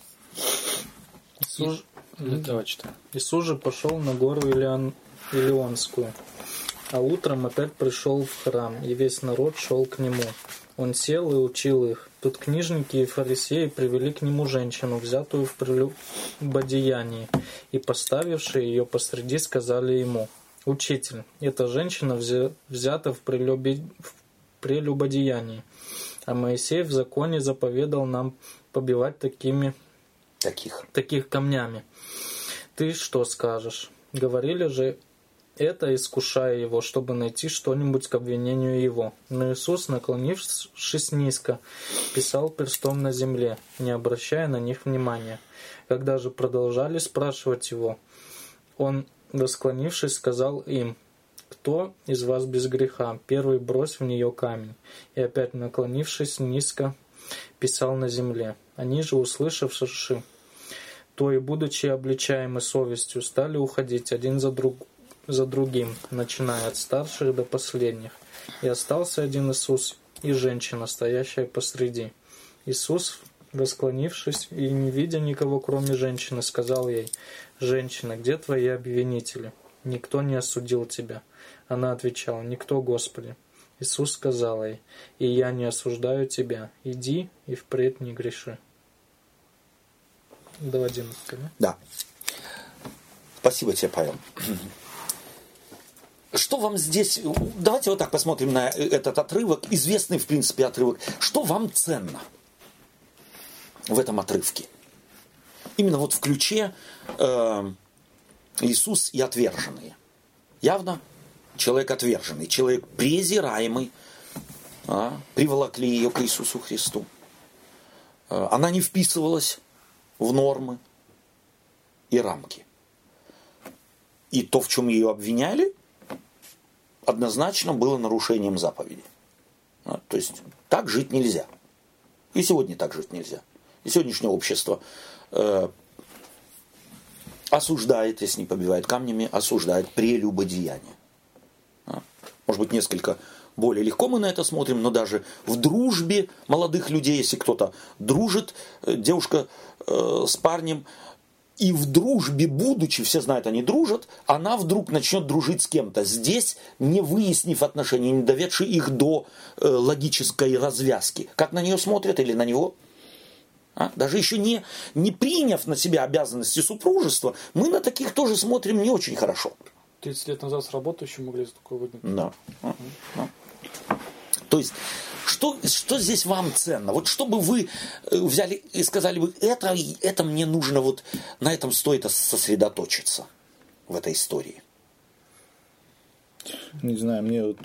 Иисус, Иисус же пошел на гору Илион, Илионскую, а утром опять пришел в храм, и весь народ шел к нему. Он сел и учил их. Тут книжники и фарисеи привели к нему женщину, взятую в прелюбодеянии, и, поставившие ее посреди, сказали ему: «Учитель, эта женщина взята в прелюбодеянии, а Моисей в законе заповедал нам побивать такими таких, таких камнями. Ты что скажешь?» Говорили же это, искушая его, чтобы найти что-нибудь к обвинению его. Но Иисус, наклонившись низко, писал перстом на земле, не обращая на них внимания. Когда же продолжали спрашивать его, он, восклонившись, сказал им: «Кто из вас без греха? Первый брось в нее камень». И опять, наклонившись низко, писал на земле. Они же, услышавши то и будучи обличаемы совестью, стали уходить один за, друг, за другим, начиная от старших до последних. И остался один Иисус и женщина, стоящая посреди. Иисус, восклонившись и не видя никого, кроме женщины, сказал ей: «Женщина, где твои обвинители? Никто не осудил тебя». Она отвечала: «Никто, Господи». Иисус сказал ей: «И я не осуждаю тебя. Иди и впредь не греши». До одиннадцатого, да? Да. Спасибо тебе, Павел. Что вам здесь... Давайте вот так посмотрим на этот отрывок, известный, в принципе, отрывок. Что вам ценно в этом отрывке? Именно вот в ключе э, Иисус и отверженные. Явно человек отверженный, человек презираемый. А, приволокли ее к Иисусу Христу. А, она не вписывалась в нормы и рамки. И то, в чем ее обвиняли, однозначно было нарушением заповеди. А, то есть так жить нельзя. И сегодня так жить нельзя. И сегодняшнее общество э, осуждает, если не побивает камнями, осуждает прелюбодеяние. А, может быть, несколько более легко мы на это смотрим, но даже в дружбе молодых людей, если кто-то дружит, девушка э, с парнем, И в дружбе будучи, все знают, они дружат, она вдруг начнет дружить с кем-то. Здесь, не выяснив отношения, не доведши их до э, логической развязки. Как на нее смотрят или на него? А? Даже еще не, не приняв на себя обязанности супружества, мы на таких тоже смотрим не очень хорошо. тридцать лет назад с работающим могли такое выгнать. Да. А, а. То есть, что, что здесь вам ценно? Вот чтобы вы взяли и сказали бы, это, это мне нужно, вот на этом стоит сосредоточиться в этой истории. Не знаю, мне вот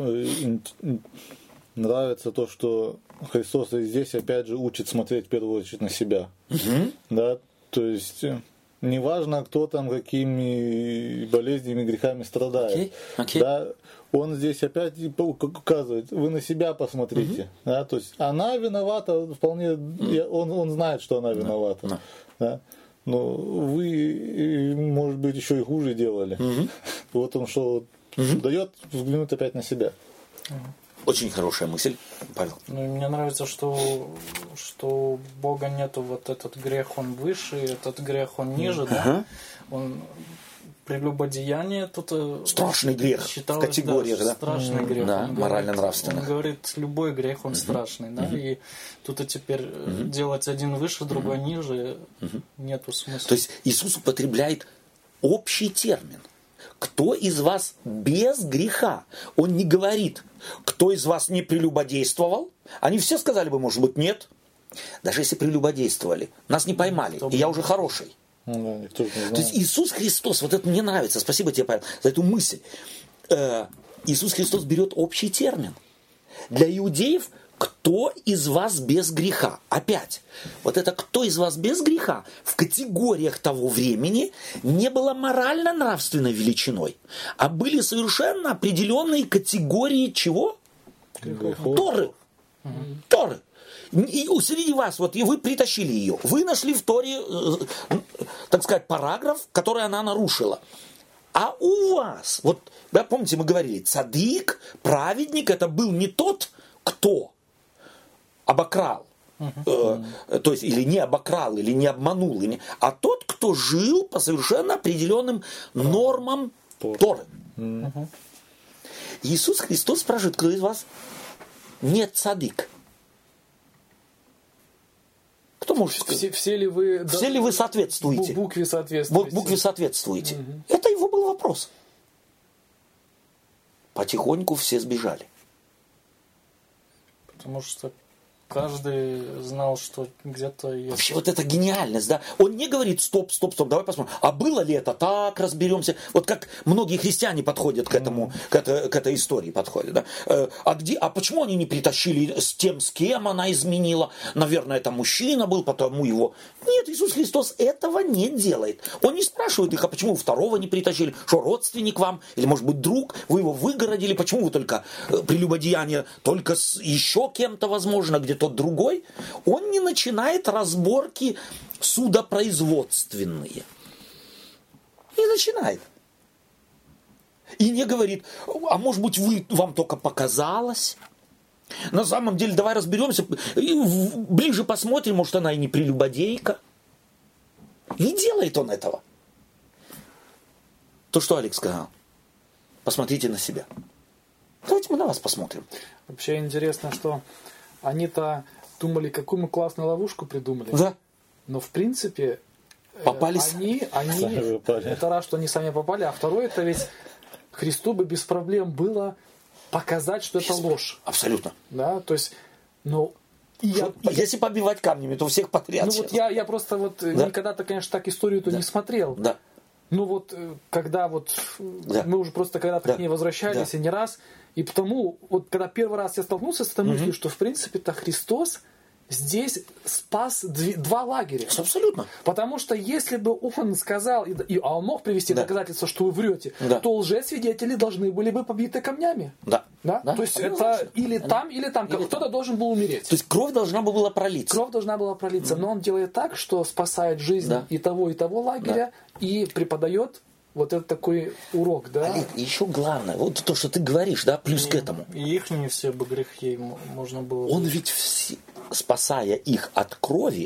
нравится то, что Христос и здесь опять же учит смотреть в первую очередь на себя. Угу. Да, то есть неважно, кто там какими болезнями, грехами страдает. Okay. Okay. Да, он здесь опять указывает, вы на себя посмотрите. Uh-huh. Да, то есть она виновата, вполне, uh-huh. он, он знает, что она виновата. Uh-huh. Да, но вы, может быть, еще и хуже делали. Uh-huh. Вот он что uh-huh. дает взглянуть опять на себя. Uh-huh. Очень хорошая мысль, Павел. Ну, мне нравится, что, что у Бога нету вот этот грех, он выше, этот грех, он ниже, uh-huh. да? Он прелюбодеяние тут страшный грех считалось, в категориях, да? Страшный грех. Да, морально-нравственный. Он говорит, любой грех, он uh-huh. страшный, да? Uh-huh. И тут и теперь uh-huh. делать один выше, другой uh-huh. ниже, uh-huh. нету смысла. То есть Иисус употребляет общий термин. Кто из вас без греха? Он не говорит, кто из вас не прелюбодействовал. Они все сказали бы, может быть, нет. Даже если прелюбодействовали, нас не поймали, и я уже хороший. Ну, да, то есть Иисус Христос, вот это мне нравится, спасибо тебе, Павел, за эту мысль. Э, Иисус Христос берет общий термин. Для иудеев, кто из вас без греха? Опять, вот это кто из вас без греха в категориях того времени не было морально-нравственной величиной, а были совершенно определенные категории чего? Грехов. Торы. Угу. Торы. И среди вас, вот и вы притащили ее, вы нашли в Торе, э, так сказать, параграф, который она нарушила. А у вас, вот, да, помните, мы говорили, цадик, праведник, это был не тот, кто обокрал, uh-huh. э, то есть или не обокрал, или не обманул, или не, а тот, кто жил по совершенно определенным нормам uh-huh. Торы. Uh-huh. Иисус Христос спрашивает, кто из вас не цадик? Кто может сказать? Все, все ли вы, все ли вы соответствуете? Букве соответствуете. Букве соответствуете. Uh-huh. Это его был вопрос. Потихоньку все сбежали. Потому что каждый знал, что где-то есть... Вообще вот эта гениальность, да? Он не говорит, стоп, стоп, стоп, давай посмотрим. А было ли это так, разберемся. Вот как многие христиане подходят к этому, к, это, к этой истории подходят, да? А, где, а почему они не притащили с тем, с кем она изменила? Наверное, это мужчина был, потому его... Нет, Иисус Христос этого не делает. Он не спрашивает их, а почему вы второго не притащили? Что, родственник вам? Или, может быть, друг? Вы его выгородили? Почему вы только прелюбодеяние? Только с еще кем-то, возможно, где тот другой, он не начинает разборки судопроизводственные. Не начинает. И не говорит, а может быть, вы, вам только показалось? На самом деле, давай разберемся, ближе посмотрим, может, она и не прелюбодейка. Не делает он этого. То, что Алекс сказал. Посмотрите на себя. Давайте мы на вас посмотрим. Вообще интересно, что они-то думали, какую мы классную ловушку придумали. Да. Но в принципе попались. Они, они это раз, что они сами попали, а второе, это ведь Христу бы без проблем было показать, что без... это ложь. Абсолютно. Да, то есть, ну, я, если я... побивать камнями, то у всех подряд. Ну вот я, я просто вот да. никогда-то, конечно, так историю-то да. не смотрел. Да. Ну вот, когда вот да. мы уже просто когда-то да. к ней возвращались, да. и не раз, и потому, вот когда первый раз я столкнулся с этой мыслью, угу. что в принципе-то Христос здесь спас дв- два лагеря. Абсолютно. Потому что если бы он сказал, и, и, а он мог привести да. доказательства, что вы врете, да. то лжесвидетели должны были бы побиты камнями. Да. Да? Да? То есть это значит. или да. там, или там. Или Кто-то там. должен был умереть. То есть кровь должна была пролиться. Кровь должна была пролиться. Mm-hmm. Но он делает так, что спасает жизнь да. и того, и того лагеря, да. и преподает вот этот такой урок, да. Олег, еще главное, вот то, что ты говоришь, да, плюс и, к этому. И их не все бы грехи можно было... Он ведь, все, спасая их от крови,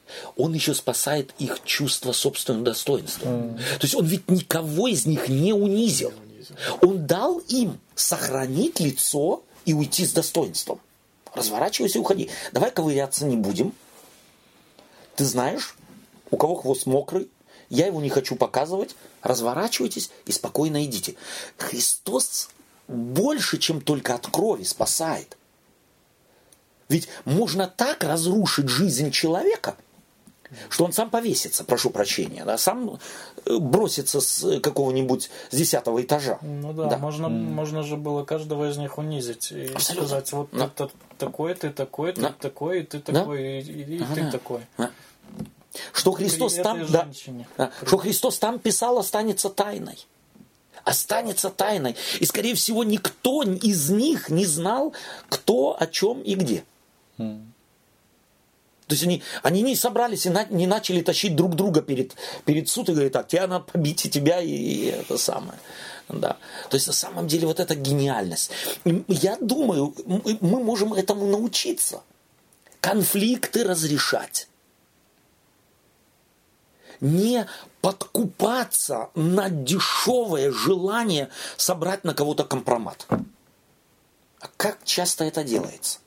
Он еще спасает их чувство собственного достоинства. Mm. То есть он ведь никого из них не унизил. Он дал им сохранить лицо и уйти с достоинством. Разворачивайся и уходи. Давай ковыряться не будем. Ты знаешь, у кого хвост мокрый, я его не хочу показывать. Разворачивайтесь и спокойно идите. Христос больше, чем только от крови спасает. Ведь можно так разрушить жизнь человека, что он сам повесится, прошу прощения, да, сам бросится с какого-нибудь с десятого этажа. Ну да, да. Можно, mm. можно же было каждого из них унизить и Абсолютно. сказать, вот да. ты такой, ты такой, ты да. такой, и ты такой, да. и, и, и ага. ты такой. Да. Что Христос там, да, да, что Христос там писал, останется тайной. Останется тайной. И, скорее всего, никто из них не знал, кто, о чем и где. Mm. То есть они, они не собрались и на, не начали тащить друг друга перед, перед суд и говорить, так, тебя надо побить и тебя, и, и это самое. Да. То есть на самом деле вот эта гениальность. И я думаю, мы, мы можем этому научиться. Конфликты разрешать. Не подкупаться на дешевое желание собрать на кого-то компромат. А как часто это делается?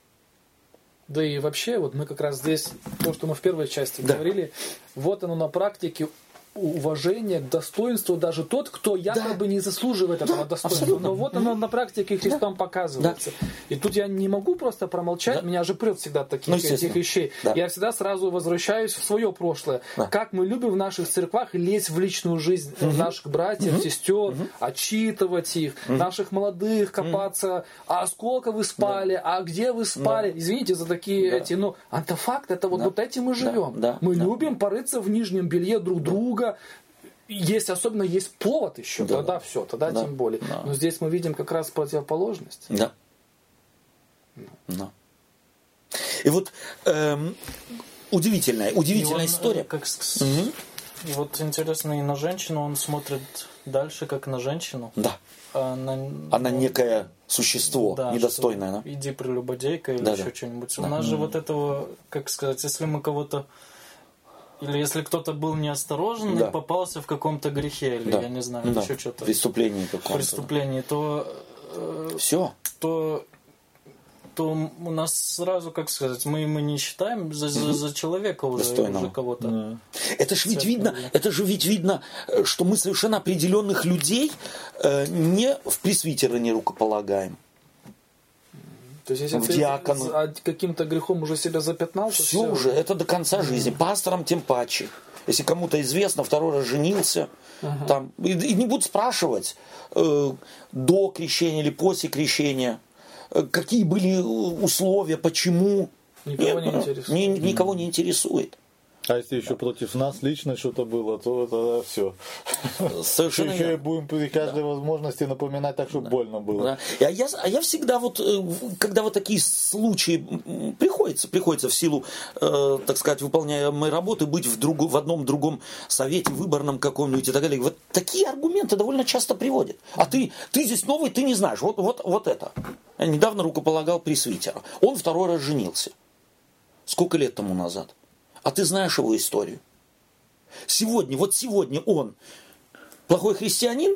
Да и вообще, вот мы как раз здесь, то, что мы в первой части да. говорили, вот оно на практике уважение к достоинству даже тот, кто якобы да. не заслуживает этого да, достоинства. Абсолютно. Но вот оно на практике Христом да. показывается. Да. И тут я не могу просто промолчать, да. меня же прет всегда таких ну, этих вещей. Да. Я всегда сразу возвращаюсь в свое прошлое. Да. Как мы любим в наших церквах лезть в личную жизнь угу. наших братьев, угу. сестер, угу. отчитывать их, угу. наших молодых, копаться, угу. а сколько вы спали, да. а где вы спали. Да. Извините за такие да. эти, ну, это факт, это вот, да. вот этим мы живем. Да. Да. Мы да. любим порыться в нижнем белье друг друга. Есть, особенно есть повод еще, да. тогда все, тогда да. тем более. Да. Но здесь мы видим как раз противоположность. Да. да. И вот эм, удивительная, удивительная и он, история. Как, угу. И вот интересно, и на женщину он смотрит дальше, как на женщину. Да. А на, Она ну, некое существо, да, недостойное. Да? Иди прелюбодейка или да, еще да. что-нибудь. Да. У нас да. же вот этого, как сказать, если мы кого-то или если кто-то был неосторожен да. и попался в каком-то грехе, или, да. я не знаю, да. еще что-то. Преступлении каком-то. Преступлении, то... Э, Все. То, то у нас сразу, как сказать, мы, мы не считаем за, за, за человека уже, уже кого-то. Да. Это же ведь видно, это же ведь видно, что мы совершенно определенных людей э, не в пресвитера не рукополагаем. То есть, если ты каким-то грехом уже себя запятнал, то все, все уже, это до конца mm-hmm. жизни. Пастором тем паче. Если кому-то известно, второй раз женился, uh-huh. там, и, и не будут спрашивать э, до крещения или после крещения, э, какие были условия, почему. Никого Нет, не интересует. Ни, никого не интересует. А если еще да. против нас лично что-то было, то это все. Совершенно еще и будем при каждой да. возможности напоминать так, чтобы да. больно было. Да. А, я, а я всегда вот, когда вот такие случаи приходится, приходится в силу, э, так сказать, выполняя мои работы, быть в, друг, в одном другом совете, выборном каком-нибудь и так далее. Вот такие аргументы довольно часто приводят. А ты, ты здесь новый, ты не знаешь. Вот, вот, вот это. Я недавно рукополагал пресвитера. Он второй раз женился. Сколько лет тому назад? А ты знаешь его историю. Сегодня, вот сегодня он плохой христианин,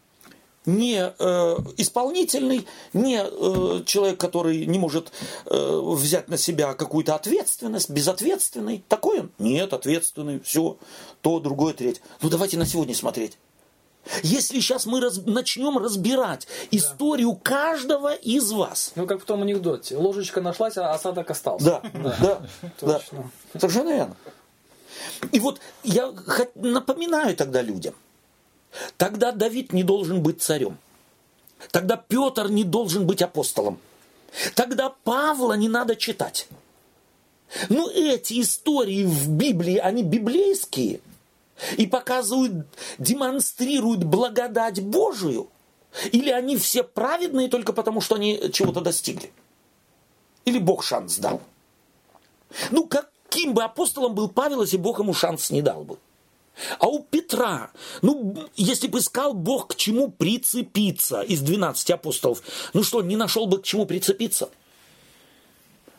не э, исполнительный, не э, человек, который не может э, взять на себя какую-то ответственность, безответственный. Такой он? Нет, ответственный, все, то, другое, третье. Ну давайте на сегодня смотреть. Если сейчас мы раз, начнем разбирать историю да. каждого из вас. Ну, как в том анекдоте. Ложечка нашлась, а осадок остался. Да, да, да. Точно. Да. Совершенно верно. И вот я напоминаю тогда людям. Тогда Давид не должен быть царем. Тогда Петр не должен быть апостолом. Тогда Павла не надо читать. Ну, эти истории в Библии, они библейские. И показывают, демонстрируют благодать Божию? Или они все праведные только потому, что они чего-то достигли? Или Бог шанс дал? Ну, каким бы апостолом был Павел, если Бог ему шанс не дал бы? А у Петра, ну, если бы искал Бог к чему прицепиться из двенадцати апостолов, ну что, не нашел бы к чему прицепиться?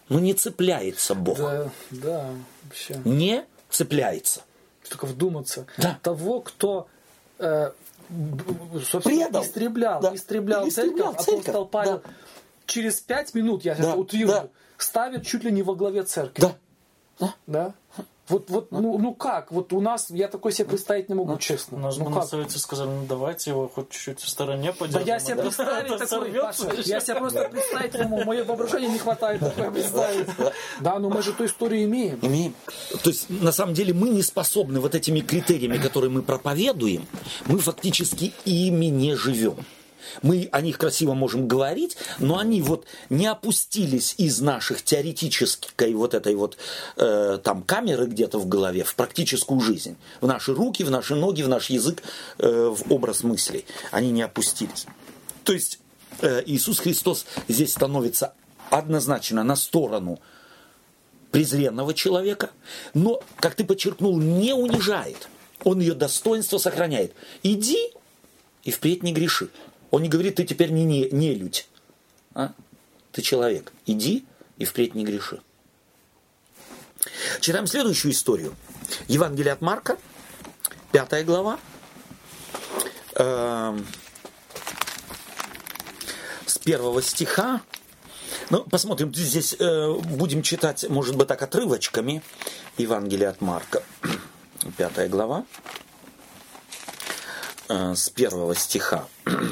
ну не цепляется Бог. Да, да, вообще. Не цепляется. Только вдуматься. Да. Того, кто э, предал. истреблял, Да. истреблял, истреблял церковь, церковь. апостол Павел Да. через пять минут, я Да. это утверждаю, Да. ставит чуть ли не во главе церкви. Да. Да. Да? Вот, вот, ну, ну как? Вот у нас, я такой себе представить не могу, Ну, честно. Нас ну бы как? на совете сказали, ну давайте его хоть чуть-чуть в стороне Да подержим. я себе а то представить это такой, сорвется Паша, еще. я себе просто представить не могу, мое воображение не хватает такое представить. Да, но мы же эту историю имеем. Имеем. То есть, на самом деле, мы не способны вот этими критериями, которые мы проповедуем, мы фактически ими не живем. Мы о них красиво можем говорить, но они вот не опустились из наших теоретической вот этой вот э, там камеры где-то в голове в практическую жизнь. В наши руки, в наши ноги, в наш язык, э, в образ мыслей. Они не опустились. То есть э, Иисус Христос здесь становится однозначно на сторону презренного человека, но, как ты подчеркнул, не унижает. Он ее достоинство сохраняет. Иди и впредь не греши. Он не говорит, ты теперь не, не, не людь. А? Ты человек. Иди и впредь не греши. Читаем следующую историю. Евангелие от Марка, пятая глава. Э, с первого стиха. Ну, посмотрим, здесь э, будем читать, может быть, так отрывочками. Евангелие от Марка, пятая глава. Э, с первого стиха.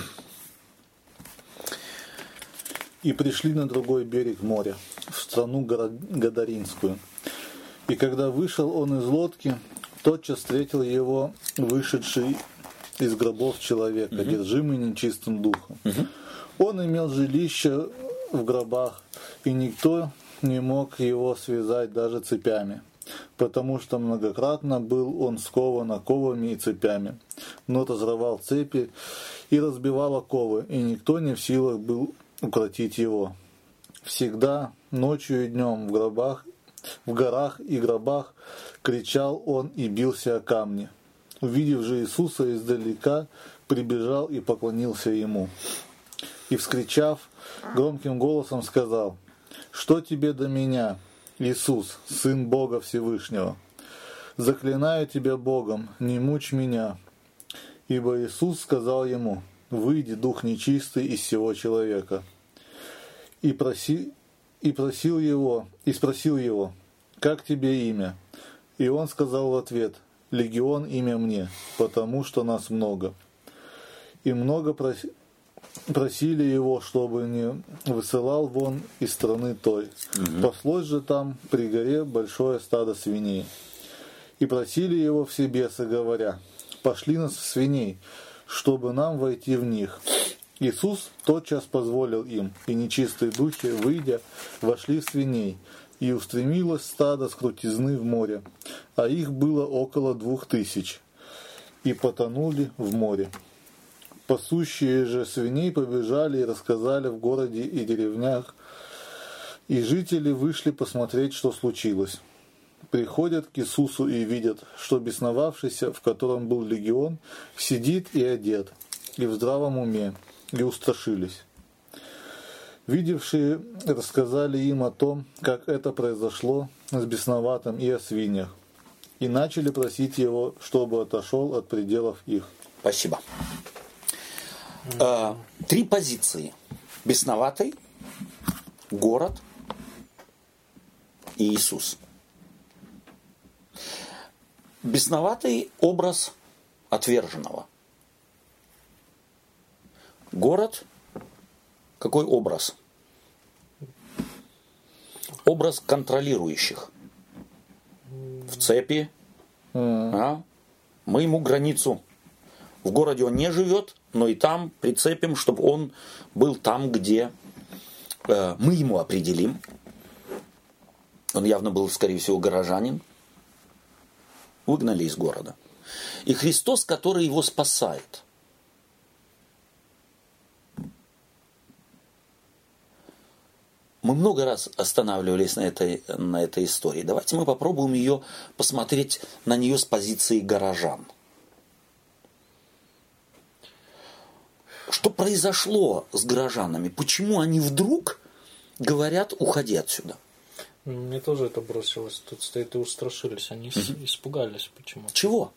И пришли на другой берег моря, в страну Гадаринскую. И когда вышел он из лодки, тотчас встретил его вышедший из гробов человек, угу. одержимый нечистым духом. Угу. Он имел жилище в гробах, и никто не мог его связать даже цепями, потому что многократно был он скован оковами и цепями, но разрывал цепи и разбивал оковы, и никто не в силах был укротить его. Всегда, ночью и днем, в гробах, в горах и гробах кричал он и бился о камни. Увидев же Иисуса издалека, прибежал и поклонился ему. И, вскричав, громким голосом сказал: «Что тебе до меня, Иисус, Сын Бога Всевышнего? Заклинаю тебя Богом, не мучь меня». Ибо Иисус сказал ему: «Выйди, дух нечистый, из сего человека». И, проси, и просил его, и спросил его: «Как тебе имя?» И он сказал в ответ: «Легион имя мне, потому что нас много». И много проси, просили его, чтобы не высылал вон из страны той. Угу. Паслось же там при горе большое стадо свиней. И просили его все бесы, говоря: «Пошли нас в свиней, чтобы нам войти в них». Иисус тотчас позволил им, и нечистые духи, выйдя, вошли в свиней, и устремилось стадо с крутизны в море, а их было около двух тысяч, и потонули в море. Пасущие же свиней побежали и рассказали в городе и деревнях, и жители вышли посмотреть, что случилось. Приходят к Иисусу и видят, что бесновавшийся, в котором был легион, сидит и одет, и в здравом уме, и устрашились. Видевшие рассказали им о том, как это произошло с бесноватым и о свиньях, и начали просить его, чтобы отошел от пределов их. Спасибо. Э, три позиции. Бесноватый, город и Иисус. Бесноватый – образ отверженного. Город – какой образ? Образ контролирующих. В цепи. Mm. А? Мы ему границу. В городе он не живет, но и там прицепим, чтобы он был там, где э, мы ему определим. Он явно был, скорее всего, горожанин. Выгнали из города. И Христос, который его спасает. Мы много раз останавливались на этой, на этой истории. Давайте мы попробуем ее посмотреть на нее с позиции горожан. Что произошло с горожанами? Почему они вдруг говорят: уходи отсюда? Мне тоже это бросилось. Тут стоит и устрашились. Они mm-hmm. испугались почему-то. Чего?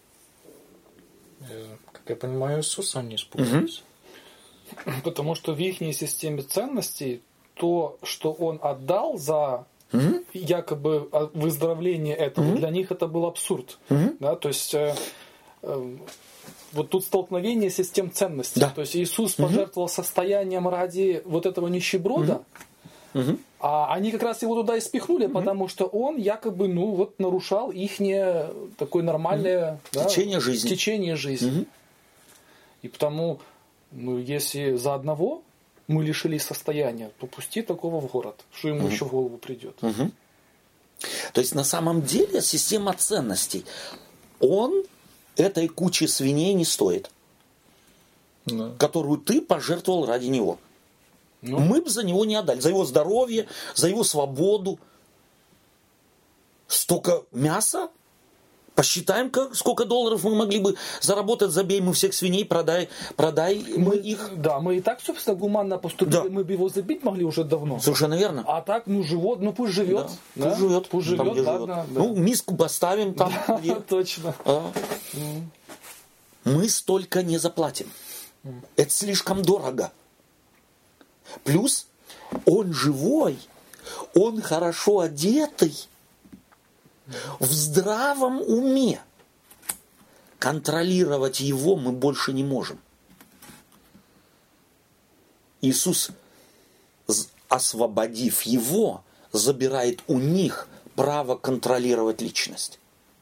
Как я понимаю, Иисуса они испугались. Mm-hmm. Потому что в их системе ценностей то, что Он отдал за mm-hmm. якобы выздоровление этого, mm-hmm. для них это был абсурд. Mm-hmm. Да? То есть э, э, вот тут столкновение систем ценностей. Да. То есть Иисус mm-hmm. пожертвовал состоянием ради вот этого нищеброда, mm-hmm. а они как раз его туда и спихнули, mm-hmm. потому что он якобы ну, вот, нарушал их такое нормальное mm-hmm. да, течение жизни. Течение жизни. Mm-hmm. И потому, ну, если за одного мы лишились состояния, то пусти такого в город, что ему mm-hmm. еще в голову придет. Mm-hmm. То есть на самом деле система ценностей, он этой кучи свиней не стоит, no. которую ты пожертвовал ради него. No. Мы бы за него не отдали. За его здоровье, за его свободу. Столько мяса? Посчитаем, как, сколько долларов мы могли бы заработать, забей мы всех свиней, продай, продай мы, мы их. Да, мы и так, собственно, гуманно поступили. Да. Мы бы его забить могли уже давно. Совершенно верно. А так, ну, живот, ну пусть живет. Да. Да? Пусть живет. Пусть живет, там, где ладно. живет. Да. Ну, миску поставим там. Да, где... точно. А? Mm. Мы столько не заплатим. Mm. Это слишком дорого. Плюс он живой, он хорошо одетый, в здравом уме. Контролировать его мы больше не можем. Иисус, освободив его, забирает у них право контролировать личность.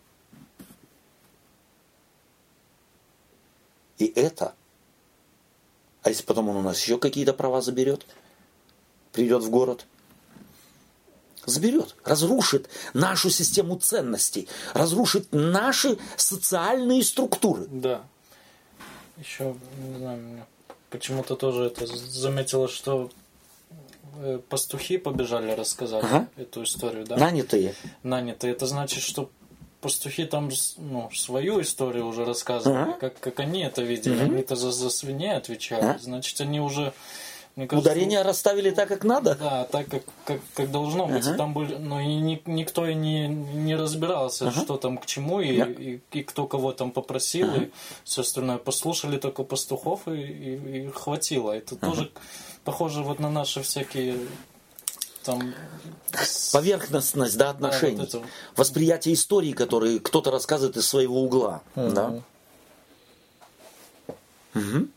И это, а если потом он у нас еще какие-то права заберет, придет в город, заберет, разрушит нашу систему ценностей, разрушит наши социальные структуры. Да. Еще, не знаю, почему-то тоже это заметила, что пастухи побежали рассказать ага. эту историю, да? Нанятые. Нанятые. Это значит, что пастухи там ну, свою историю уже рассказывали, ага. как, как они это видели. Угу. Они-то за, за свиней отвечали. Ага. Значит, они уже... Мне кажется, ударения расставили так, как надо? Да, так, как, как, как должно быть. Ага. Там были, но и ни, никто и не, не разбирался, ага. что там к чему, и, да. и, и кто кого там попросил, ага. и все остальное. Послушали только пастухов, и, и, и хватило. Это ага. тоже похоже вот на наши всякие... Там, поверхностность, да, отношений. Да, вот это... Восприятие истории, которые кто-то рассказывает из своего угла. Ага. Да? Угу.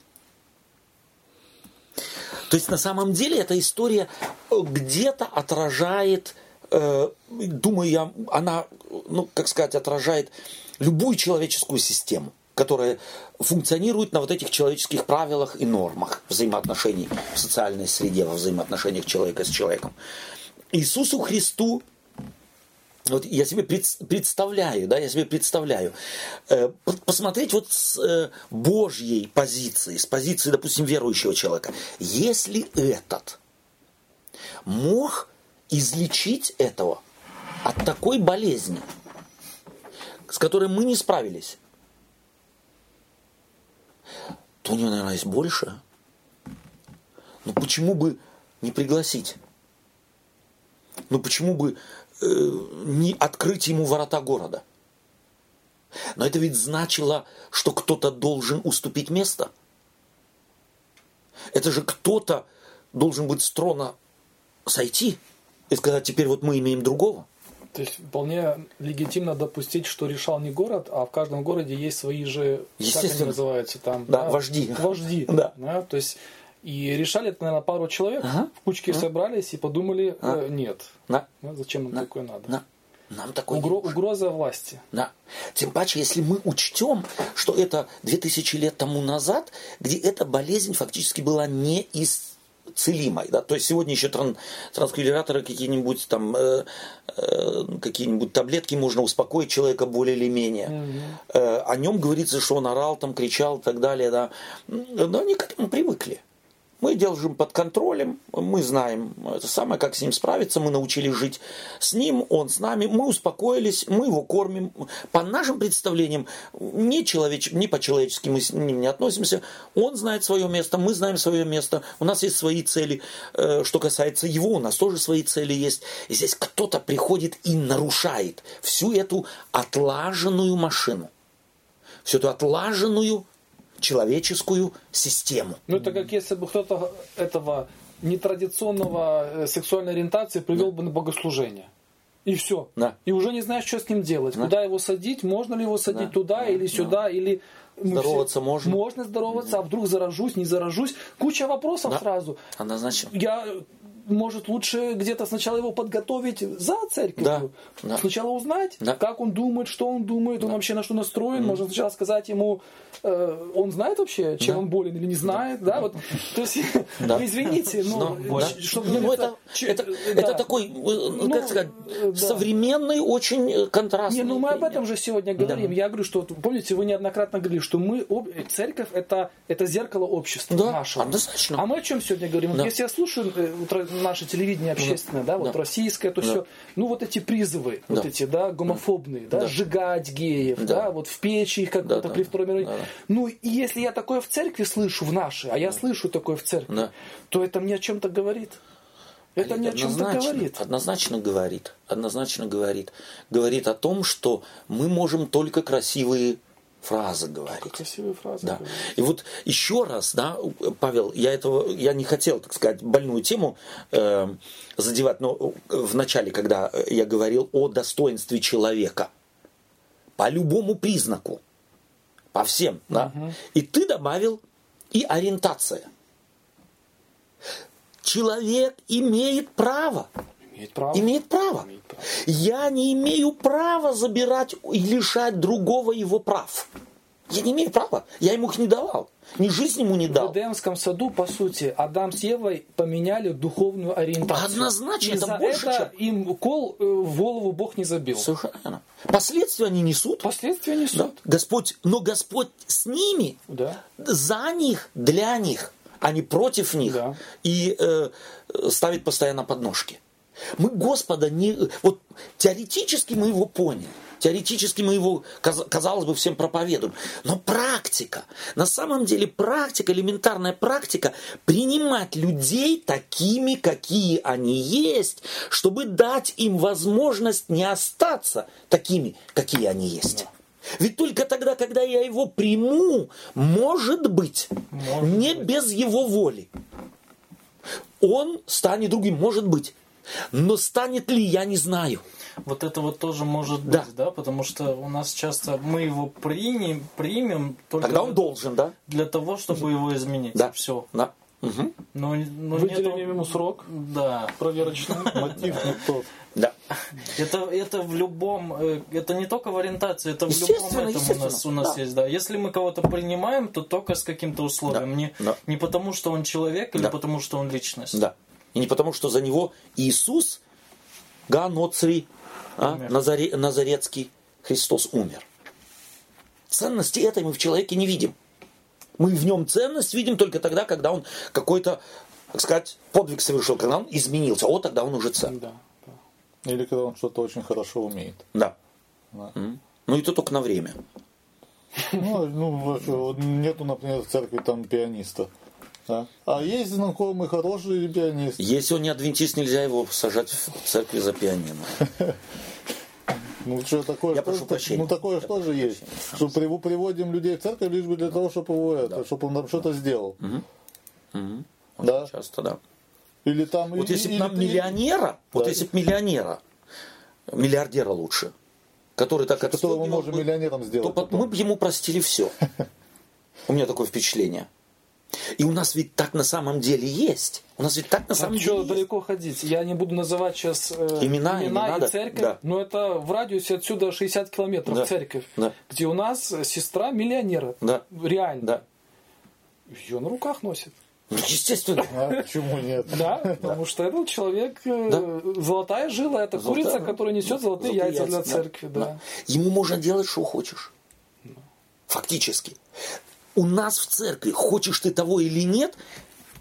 То есть на самом деле эта история где-то отражает, э, думаю я, она, ну, как сказать, отражает любую человеческую систему, которая функционирует на вот этих человеческих правилах и нормах взаимоотношений в социальной среде, во взаимоотношениях человека с человеком. Иисусу Христу, вот я себе представляю, да, я себе представляю, э, посмотреть вот с э, Божьей позиции, с позиции, допустим, верующего человека. Если этот мог излечить этого от такой болезни, с которой мы не справились, то у него, наверное, есть больше. Ну почему бы не пригласить? Ну почему бы не открыть ему ворота города? Но это ведь значило, что кто-то должен уступить место. Это же кто-то должен быть с трона сойти и сказать, теперь вот мы имеем другого. То есть вполне легитимно допустить, что решал не город, а в каждом городе есть свои же, как они называются там? Да, да вожди. Вожди. Да. Да, то есть и решали это, наверное, пару человек, ага. в кучке ага. собрались и подумали, ага. э, нет, да. ну, зачем нам да. такое надо? Да. Нам такое Угро- угроза власти. Да. Тем паче, если мы учтем, что это две тысячи лет тому назад, где эта болезнь фактически была неисцелимой. Да? То есть сегодня еще тран- трансквилираторы какие-нибудь там, э, э, какие-нибудь таблетки можно успокоить человека более или менее. Mm-hmm. Э, о нем говорится, что он орал, там, кричал и так далее. Да? Но они к этому привыкли. Мы держим под контролем, мы знаем это самое, как с ним справиться, мы научились жить с ним, он с нами, мы успокоились, мы его кормим. По нашим представлениям, не, человеч... не по-человечески мы с ним не относимся, он знает свое место, мы знаем свое место, у нас есть свои цели. Что касается его, у нас тоже свои цели есть. И здесь кто-то приходит и нарушает всю эту отлаженную машину, всю эту отлаженную человеческую систему. Ну, это как если бы кто-то этого нетрадиционного сексуальной ориентации привел да. бы на богослужение. И все. Да. И уже не знаешь, что с ним делать. Да. Куда его садить, можно ли его садить да. туда да. или сюда, да. или... Здороваться все... можно. Можно здороваться, а вдруг заражусь, не заражусь. Куча вопросов да. сразу. Однозначно. Я... Может, лучше где-то сначала его подготовить за церковью. Да, да. Сначала узнать, да. как он думает, что он думает, да. он вообще на что настроен. Mm. Можно сначала сказать ему, э, он знает вообще, чем да. он болен или не знает. Да. Да? Вот, то есть, да. ну, извините, но... но да. чтобы ну, это, это, да. это такой, ну, как сказать, да. современный очень контрастный. Не, ну мы об этом же сегодня говорим. Да. Я говорю, что, помните, вы неоднократно говорили, что мы, церковь, это, это зеркало общества да. нашего. Однозначно. А мы о чем сегодня говорим? Да. Если я слушаю наше телевидение общественное, да, вот да. российское, то да. все, ну вот эти призывы, да. вот эти, да, гомофобные, да, да. сжигать геев, да. да, вот в печи их как-то да, при да. Второй мировой. Да. Ну, и если я такое в церкви слышу, в нашей, а я да. слышу такое в церкви, да. то это мне о чем-то говорит. Это мне о чем-то говорит. Однозначно говорит. Однозначно говорит. Говорит о том, что мы можем только красивые фразы говорить. Красивые фразы. Да. И вот еще раз, да, Павел, я этого, я не хотел, так сказать, больную тему э, задевать, но в начале, когда я говорил о достоинстве человека, по любому признаку, по всем, да, угу. и ты добавил и ориентация. Человек имеет право. Имеет право. Имеет право. Имеет право. Я не имею права забирать и лишать другого его прав. Я не имею права. Я ему их не давал. Ни жизнь ему не дал. В Эдемском саду, по сути, Адам с Евой поменяли духовную ориентацию. Однозначно, и это за больше, это чем... им кол в голову Бог не забил. Совершенно. Последствия они несут. Последствия несут. Да. Господь, но Господь с ними, да. за них, для них, а не против них. Да. И э, ставит постоянно подножки. Мы Господа не... Вот теоретически мы его поняли. Теоретически мы его, казалось бы, всем проповедуем. Но практика, на самом деле практика, элементарная практика, принимать людей такими, какие они есть, чтобы дать им возможность не остаться такими, какие они есть. Да. Ведь только тогда, когда я его приму, может быть, может не быть. Без его воли, он станет другим, может быть. Но станет ли, я не знаю. Вот это вот тоже может быть, да, да, потому что у нас часто мы его примем, примем только тогда он должен, да, для того, чтобы его изменить. Да. Все. Да. Угу. Но, но выделим нету... ему срок. Да. Проверочный. Мотив не тот. Да. Это, это в любом, это не только в ориентации, это в любом этом у нас, у нас да. есть. Да. Если мы кого-то принимаем, то только с каким-то условием. Да. Не, да. не потому, что он человек или да. потому, что он личность. Да. И не потому, что за него Иисус Ганоцри, а, Назаре, Назарецкий Христос умер. Ценности этой мы в человеке не видим. Мы в нем ценность видим только тогда, когда он какой-то, так сказать, подвиг совершил, когда он изменился. Вот тогда он уже ценен. Да, да. Или когда он что-то очень хорошо умеет. Да. Да. Mm. Ну и это только на время. Ну, ну, нету, например, в церкви там пианиста. Да. А есть знакомый хороший пианист. Если он не адвентист, нельзя его сажать в церкви за пианино. Ну, что такое, Я что, прошу прощения. Ну, такое что же есть. Что приводим людей в церковь лишь бы для того, чтобы, его, да. чтобы он там что-то сделал. Угу. Угу. Да? Часто, да. Или там... Вот или, если бы или нам ты... миллионера, да. вот если бы миллионера, миллиардера лучше, который так которого мы можем бы, миллионером сделать. То мы бы ему простили все. У меня такое впечатление. И у нас ведь так на самом деле есть. У нас ведь так на самом а деле что есть. далеко ходить? Я не буду называть сейчас э, имена, имена не и надо. церковь, Да. но это в радиусе отсюда шестьдесят километров да. церковь, да. где у нас сестра миллионера. Да. Реально. Да. Ее на руках носит. Ну, естественно. А почему нет? Да, потому что этот человек, да. золотая жила, это золотая, курица, которая несет золотые, золотые яйца, яйца для церкви. Да. Да. Ему можно делать, что хочешь. Да. Фактически. У нас в церкви, хочешь ты того или нет,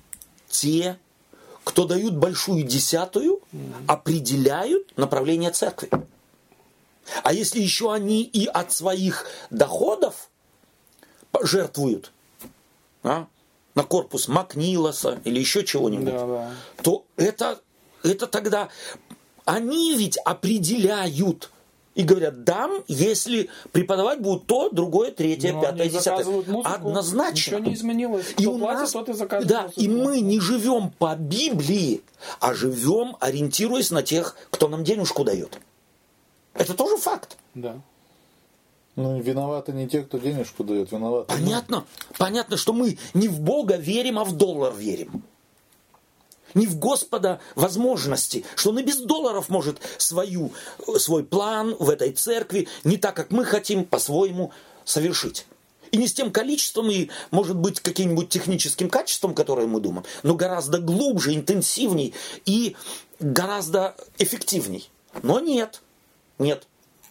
те, кто дают большую десятую, определяют направление церкви. А если еще они и от своих доходов жертвуют, а, на корпус Макнилоса или еще чего-нибудь, да, да. то это, это тогда они ведь определяют и говорят, дам, если преподавать будут то, другое, третье, Но пятое, десятое. Музыку, однозначно. Ничего не изменилось. И Кто у платит, нас, тот и заказывает да, музыку. и мы не живем по Библии, а живем, ориентируясь на тех, кто нам денежку дает. Это тоже факт. Да. Ну, виноваты не те, кто денежку дает, виноваты. Понятно. Понятно, что мы не в Бога верим, а в доллар верим. Не в Господа возможности, что он и без долларов может свою, свой план в этой церкви не так, как мы хотим, по-своему совершить. И не с тем количеством и, может быть, каким-нибудь техническим качеством, которое мы думаем, но гораздо глубже, интенсивней и гораздо эффективней. Но нет. Нет.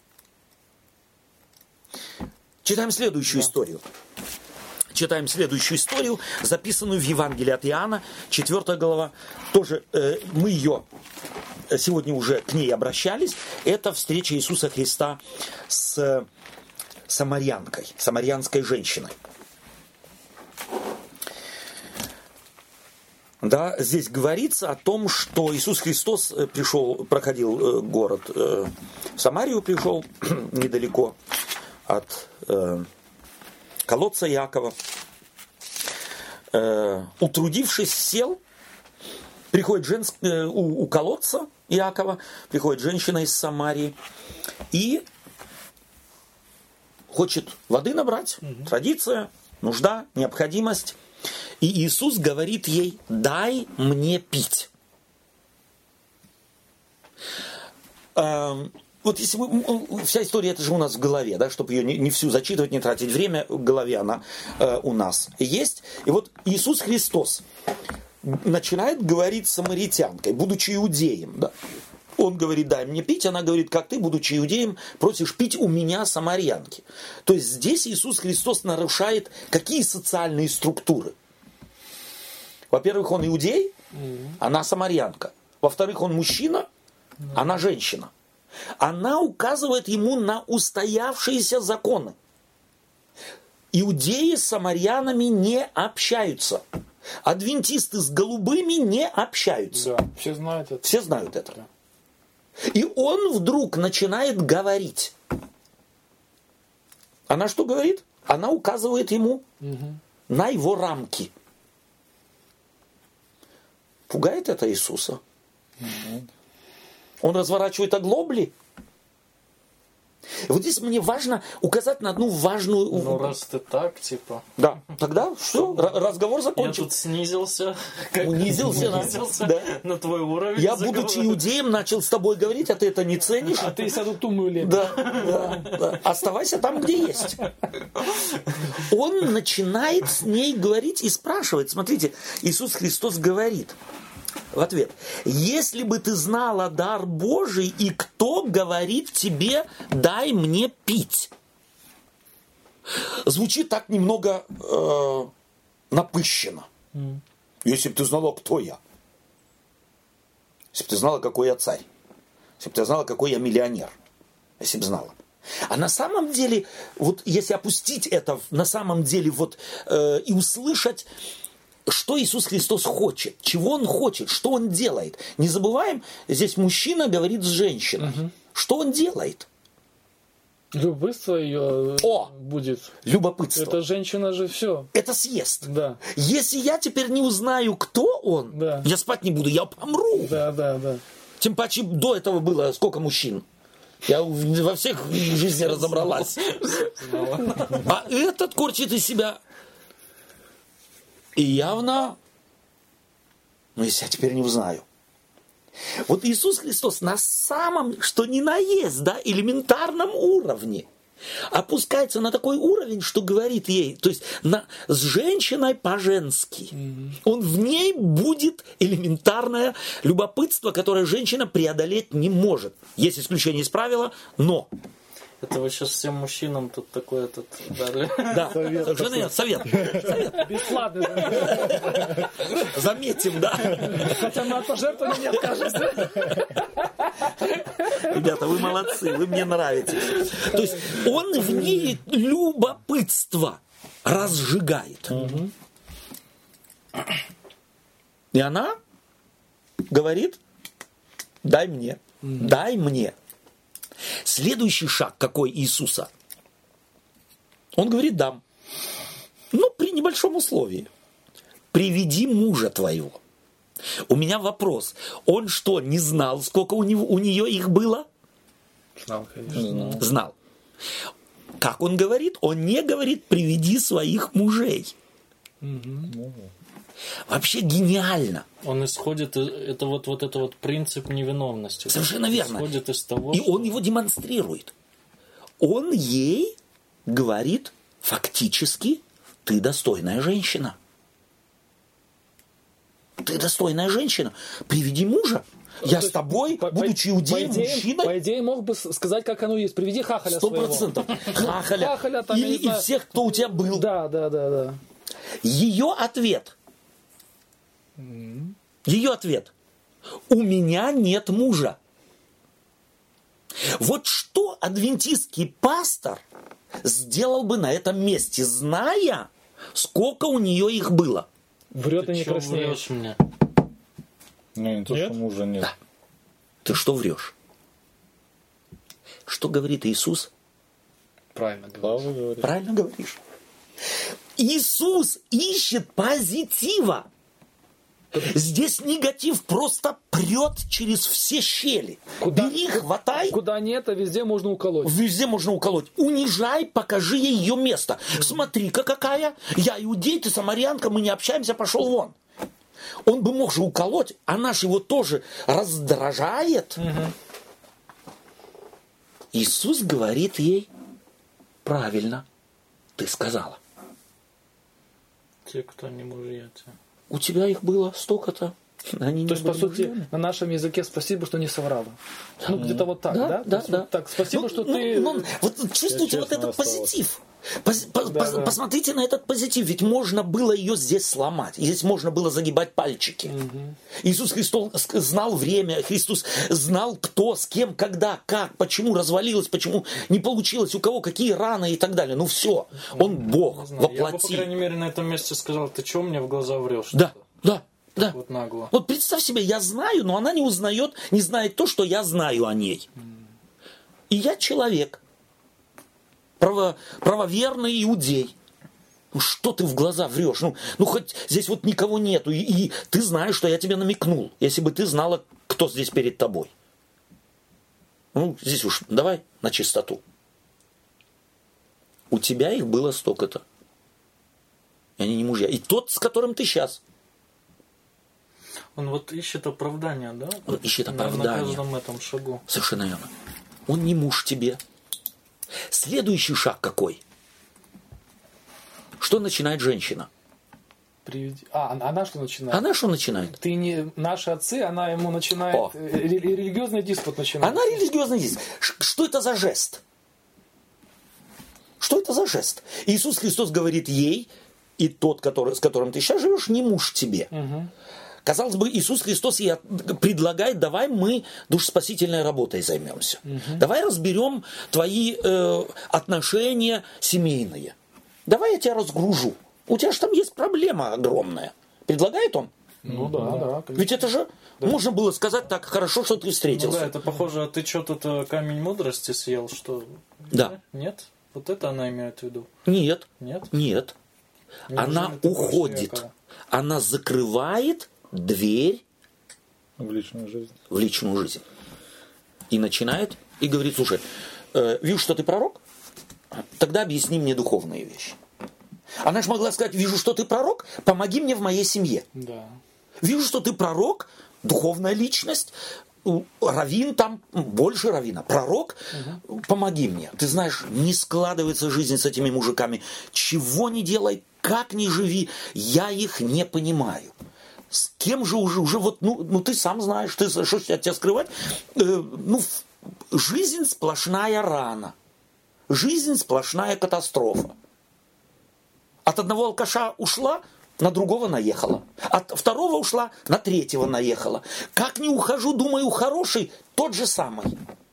Читаем следующую да. историю. Читаем следующую историю, записанную в Евангелии от Иоанна, четвёртая глава. Тоже э, мы ее сегодня уже к ней обращались. Это встреча Иисуса Христа с самарянкой, самарянской женщиной. Да, здесь говорится о том, что Иисус Христос пришел, проходил город э, Самарию, пришел недалеко от э, колодца Иакова. Э, утрудившись, сел, приходит женск, э, у, у колодца Иакова, приходит женщина из Самарии и хочет воды набрать. Угу. Традиция, нужда, необходимость. И Иисус говорит ей, дай мне пить. Э, Вот если мы, вся история, это же у нас в голове, да, чтобы ее не, не всю зачитывать, не тратить время, в голове она э, у нас есть. И вот Иисус Христос начинает говорить с самаритянкой, будучи иудеем. Да. Он говорит, дай мне пить, она говорит, как ты, будучи иудеем, просишь пить у меня, самарянки. То есть здесь Иисус Христос нарушает какие социальные структуры? Во-первых, он иудей, она самарянка. Во-вторых, он мужчина, она женщина. Она указывает ему на устоявшиеся законы. Иудеи с самарянами не общаются. Адвентисты с голубыми не общаются. Да, все знают это. Все знают это. Да. И он вдруг начинает говорить. Она что говорит? Она указывает ему угу. на его рамки. Пугает это Иисуса? Угу. Он разворачивает оглобли. Вот здесь мне важно указать на одну важную... Ну, раз ты так, типа... Да, тогда все, разговор закончен. Я тут снизился. Унизился, унизился да. на твой уровень. Я, будучи иудеем, начал с тобой говорить, а ты это не ценишь. А ты сяду тумную лепишь. Да, да, да. Оставайся там, где есть. Он начинает с ней говорить и спрашивать. Смотрите, Иисус Христос говорит... В ответ. Если бы ты знала дар Божий, и кто говорит тебе, дай мне пить. Звучит так немного э, напыщенно. Mm. Если бы ты знала, кто я. Если бы ты знала, какой я царь. Если бы ты знала, какой я миллионер. Если бы знала. А на самом деле, вот если опустить это на самом деле вот, э, и услышать... Что Иисус Христос хочет? Чего Он хочет? Что Он делает? Не забываем, здесь мужчина говорит с женщиной. Угу. Что Он делает? Любопытство ее О, будет. Любопытство. Эта женщина же все. Это съест. Да. Если я теперь не узнаю, кто он, да. я спать не буду, я помру. Да, да, да. Тем паче до этого было сколько мужчин? Я во всех в жизни разобралась. А этот корчит из себя... И явно, ну, если я теперь не узнаю. Вот Иисус Христос на самом, что ни на есть, да, элементарном уровне опускается на такой уровень, что говорит ей, то есть на, с женщиной по-женски. Mm-hmm. Он в ней будет элементарное любопытство, которое женщина преодолеть не может. Есть исключение из правила, но Это вы сейчас всем мужчинам тут такой этот дали. Да, совершенно нет, совет. Совет. Бесплатный. Заметим, да. Хотя на пожертвование не откажется. Ребята, вы молодцы, вы мне нравитесь. То есть он в ней любопытство разжигает. Угу. И она говорит, дай мне, угу. дай мне. Следующий шаг какой Иисуса? Он говорит, дам. Но при небольшом условии. Приведи мужа твоего. У меня вопрос. Он что, не знал, сколько у, него, у нее их было? Знал, конечно. Знал. Знал. Как он говорит? Он не говорит, приведи своих мужей. Угу. Вообще гениально. Он исходит, это вот, вот это вот принцип невиновности. Совершенно верно. Исходит из того, И что... он его демонстрирует. Он ей говорит, фактически, ты достойная женщина. Ты достойная женщина. Приведи мужа. Я с тобой, по, будучи иудеем, мужчиной... По идее, мог бы сказать, как оно есть. Приведи хахаля Сто процентов. Хахаля. Хахаля там, Или и всех, кто у тебя был. Да, да, да, да. Ее ответ. Ее ответ. У меня нет мужа. Вот что адвентистский пастор сделал бы на этом месте, зная, сколько у нее их было? Врет Ты и не краснеешь. Мне? Не, не то, нет? что мужа нет. Да. Ты что врешь? Что говорит Иисус? Правильно говоришь. Правильно говоришь. Иисус ищет позитива. Здесь негатив просто прет через все щели. Куда, Бери, хватай. Куда нет, а везде можно уколоть. Везде можно уколоть. Унижай, покажи ей ее место. Смотри-ка какая. Я иудей, ты самарянка, мы не общаемся, пошел вон. Он бы мог же уколоть, она же его тоже раздражает. Угу. Иисус говорит ей, правильно, ты сказала. Те, кто не мужья, те. У тебя их было столько-то. Они То есть, по сути, мужьями. На нашем языке спасибо, что не соврала. Ну, mm. где-то вот так, да? Да, да, да. Вот так, спасибо, ну, что ну, ты... Ну, вот чувствуйте вот этот осталась. позитив. Пос, по, да, пос, да. Посмотрите на этот позитив. Ведь можно было ее здесь сломать. Здесь можно было загибать пальчики. Угу. Иисус Христос знал время. Христос знал, кто, с кем, когда, как, почему развалилось, почему не получилось, у кого какие раны и так далее. Ну все. Он Бог воплоти. Я бы, по крайней мере, на этом месте сказал, ты что мне в глаза врешь? Да, да. Да. Вот нагло. Вот представь себе, я знаю, но она не узнает, не знает то, что я знаю о ней. И я человек, право, правоверный иудей. Ну что ты в глаза врешь? Ну, ну хоть здесь вот никого нету, и, и ты знаешь, что я тебе намекнул, если бы ты знала, кто здесь перед тобой. Ну, здесь уж давай на чистоту. У тебя их было столько-то. И они не мужья. И тот, с которым ты сейчас. Он вот ищет оправдания, да? Он ищет на, оправдания. На каждом этом шагу. Совершенно верно. Он не муж тебе. Следующий шаг какой? Что начинает женщина? Приведи... А, она что начинает? Она что начинает? Ты не наши отцы, она ему начинает О. религиозный диспут начинает. Она религиозный диспут. Что это за жест? Что это за жест? Иисус Христос говорит ей, и тот, который, с которым ты сейчас живешь, не муж тебе. Угу. Казалось бы, Иисус Христос ей предлагает, давай мы душеспасительной работой займемся. Угу. Давай разберем твои э, отношения семейные. Давай я тебя разгружу. У тебя же там есть проблема огромная. Предлагает он? Ну да, да. да Ведь это же да. можно было сказать так, хорошо, что ты встретился. Ну да, это похоже, а ты что тут камень мудрости съел, что? Да. Нет? Вот это она имеет в виду? Нет. Нет? Нет. Неужели она уходит. Она закрывает дверь в личную жизнь. В личную жизнь. И начинает, и говорит, слушай, э, вижу, что ты пророк, тогда объясни мне духовные вещи. Она же могла сказать, вижу, что ты пророк, помоги мне в моей семье. Да. Вижу, что ты пророк, духовная личность, раввин там, больше раввина, пророк, угу. помоги мне. Ты знаешь, не складывается жизнь с этими мужиками. Чего не делай, как ни живи, я их не понимаю. С кем же уже, уже вот, ну, ну ты сам знаешь, ты, что от тебя скрывать, э, ну, жизнь сплошная рана. жизнь сплошная катастрофа. От одного алкаша ушла, на другого наехала. От второго ушла, на третьего наехала. Как ни ухожу, думаю, хороший, тот же самый.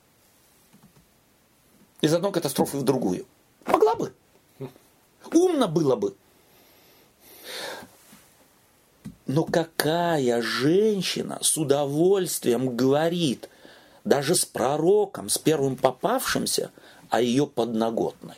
Из одной катастрофы в другую. Могла бы. Умно было бы. Но какая женщина с удовольствием говорит, даже с пророком, с первым попавшимся, о ее подноготной?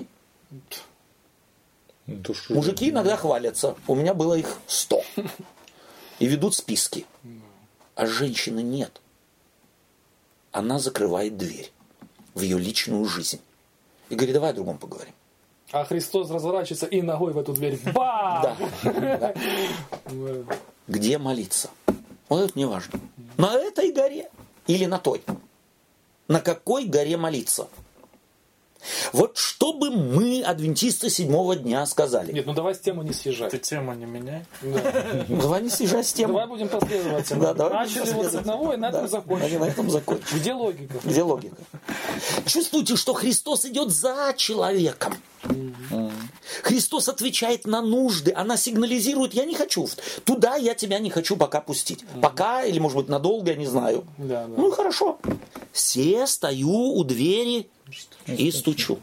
Души. Мужики иногда хвалятся. У меня было их сто. И ведут списки. А женщины нет. Она закрывает дверь в ее личную жизнь. И говорит, давай о другом поговорим. А Христос разворачивается и ногой в эту дверь. Бам! Да. Где молиться? Вот это не важно. На этой горе или на той? На какой горе молиться? Вот что бы мы, адвентисты седьмого дня, сказали? Нет, ну давай с темы не съезжай. Ты тему не меняй. Да. Давай не съезжай с темы. Давай будем последовательно. Да, давай начали вот с одного и на этом да, закончим. На этом закончим. Где логика? Где логика? Чувствуете, что Христос идет за человеком. Mm-hmm. Христос отвечает на нужды. Она сигнализирует, я не хочу. Туда я тебя не хочу пока пустить. Mm-hmm. Пока, или может быть надолго, я не знаю. Да, да. Ну хорошо. Се стою у двери и стучу.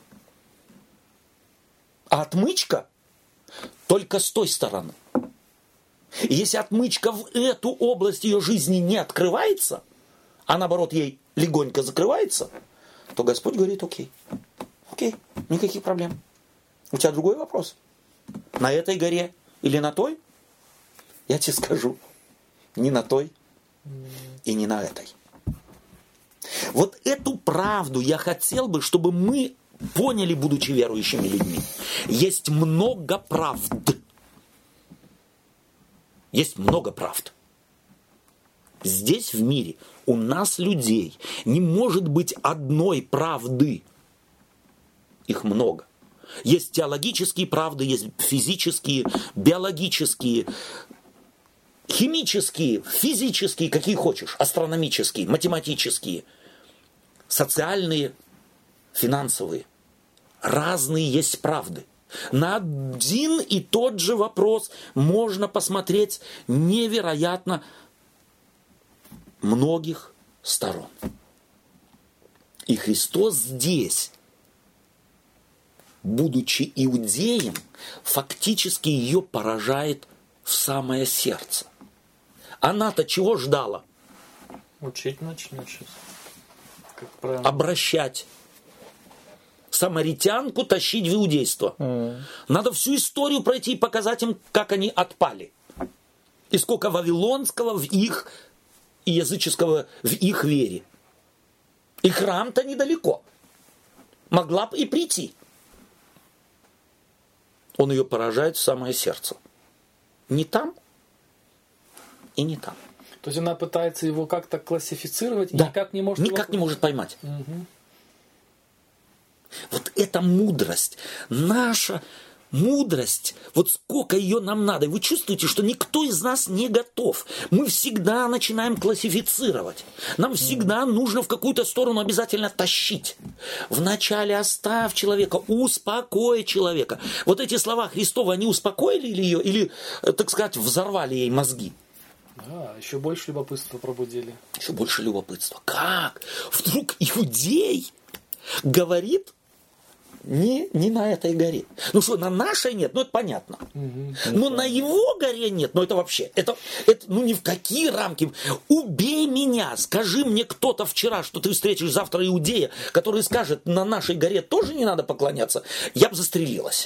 А отмычка только с той стороны. И если отмычка в эту область ее жизни не открывается, а наоборот ей легонько закрывается, то Господь говорит, окей, окей, никаких проблем. У тебя другой вопрос. На этой горе или на той? Я тебе скажу, не на той и не на этой. Вот эту правду я хотел бы, чтобы мы поняли, будучи верующими людьми. Есть много правд. Есть много правд. Здесь, в мире, у нас, людей, не может быть одной правды. Их много. Есть теологические правды, есть физические, биологические, химические, физические, какие хочешь, астрономические, математические, социальные, финансовые. Разные есть правды. На один и тот же вопрос можно посмотреть невероятно многих сторон. И Христос здесь, будучи иудеем, фактически ее поражает в самое сердце. Она-то чего ждала? Учить начнет сейчас. Обращать. Самаритянку тащить в иудейство. Mm. Надо всю историю пройти и показать им, как они отпали. И сколько вавилонского в их и языческого в их вере. И храм-то недалеко. Могла бы и прийти. Он ее поражает в самое сердце. Не там и не там. То есть она пытается его как-то классифицировать, да. и никак не может никак его... не может поймать. Угу. Вот эта мудрость, наша мудрость, вот сколько ее нам надо. Вы чувствуете, что никто из нас не готов. Мы всегда начинаем классифицировать. Нам всегда нужно в какую-то сторону обязательно тащить. Вначале оставь человека, успокой человека. Вот эти слова Христова, они успокоили ее или, так сказать, взорвали ей мозги? Да, еще больше любопытства пробудили. Еще больше любопытства. Как? Вдруг иудей говорит не, не на этой горе. Ну что, на нашей нет, ну это понятно. Угу, но на его горе нет, ну это вообще, это, это ну ни в какие рамки. Убей меня, скажи мне кто-то вчера, что ты встретишь завтра иудея, который скажет, на нашей горе тоже не надо поклоняться, я бы застрелилась.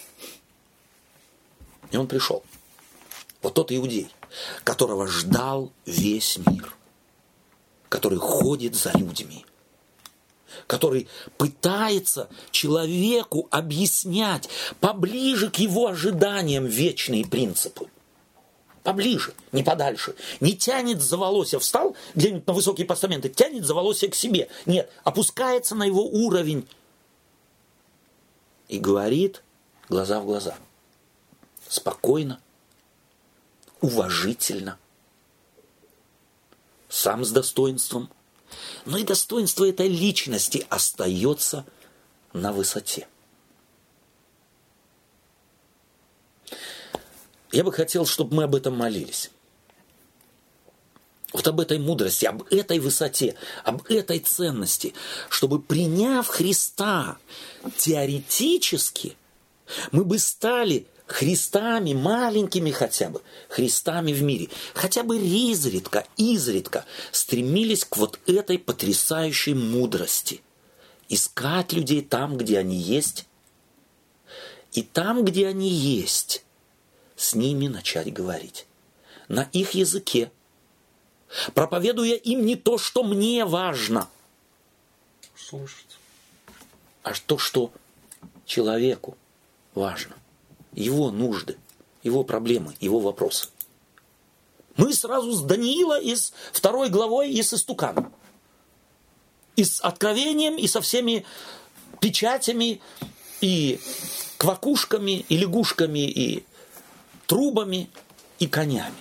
И он пришел. Вот тот иудей, которого ждал весь мир, который ходит за людьми, который пытается человеку объяснять поближе к его ожиданиям вечные принципы. Поближе, не подальше. Не тянет за волосья, встал где-нибудь на высокие постаменты, тянет за волосья к себе. Нет, опускается на его уровень и говорит глаза в глаза. Спокойно, уважительно, сам с достоинством. Но и достоинство этой личности остается на высоте. Я бы хотел, чтобы мы об этом молились. Вот об этой мудрости, об этой высоте, об этой ценности, чтобы, приняв Христа теоретически, мы бы стали Христами, маленькими хотя бы, Христами в мире, хотя бы изредка, изредка стремились к вот этой потрясающей мудрости. Искать людей там, где они есть, и там, где они есть, с ними начать говорить. На их языке, проповедуя им не то, что мне важно, слушать, а то, что человеку важно. Его нужды, его проблемы, его вопросы. Мы сразу с Даниила, и с второй главой, и с истуканом. И с откровением, и со всеми печатями, и квакушками, и лягушками, и трубами, и конями.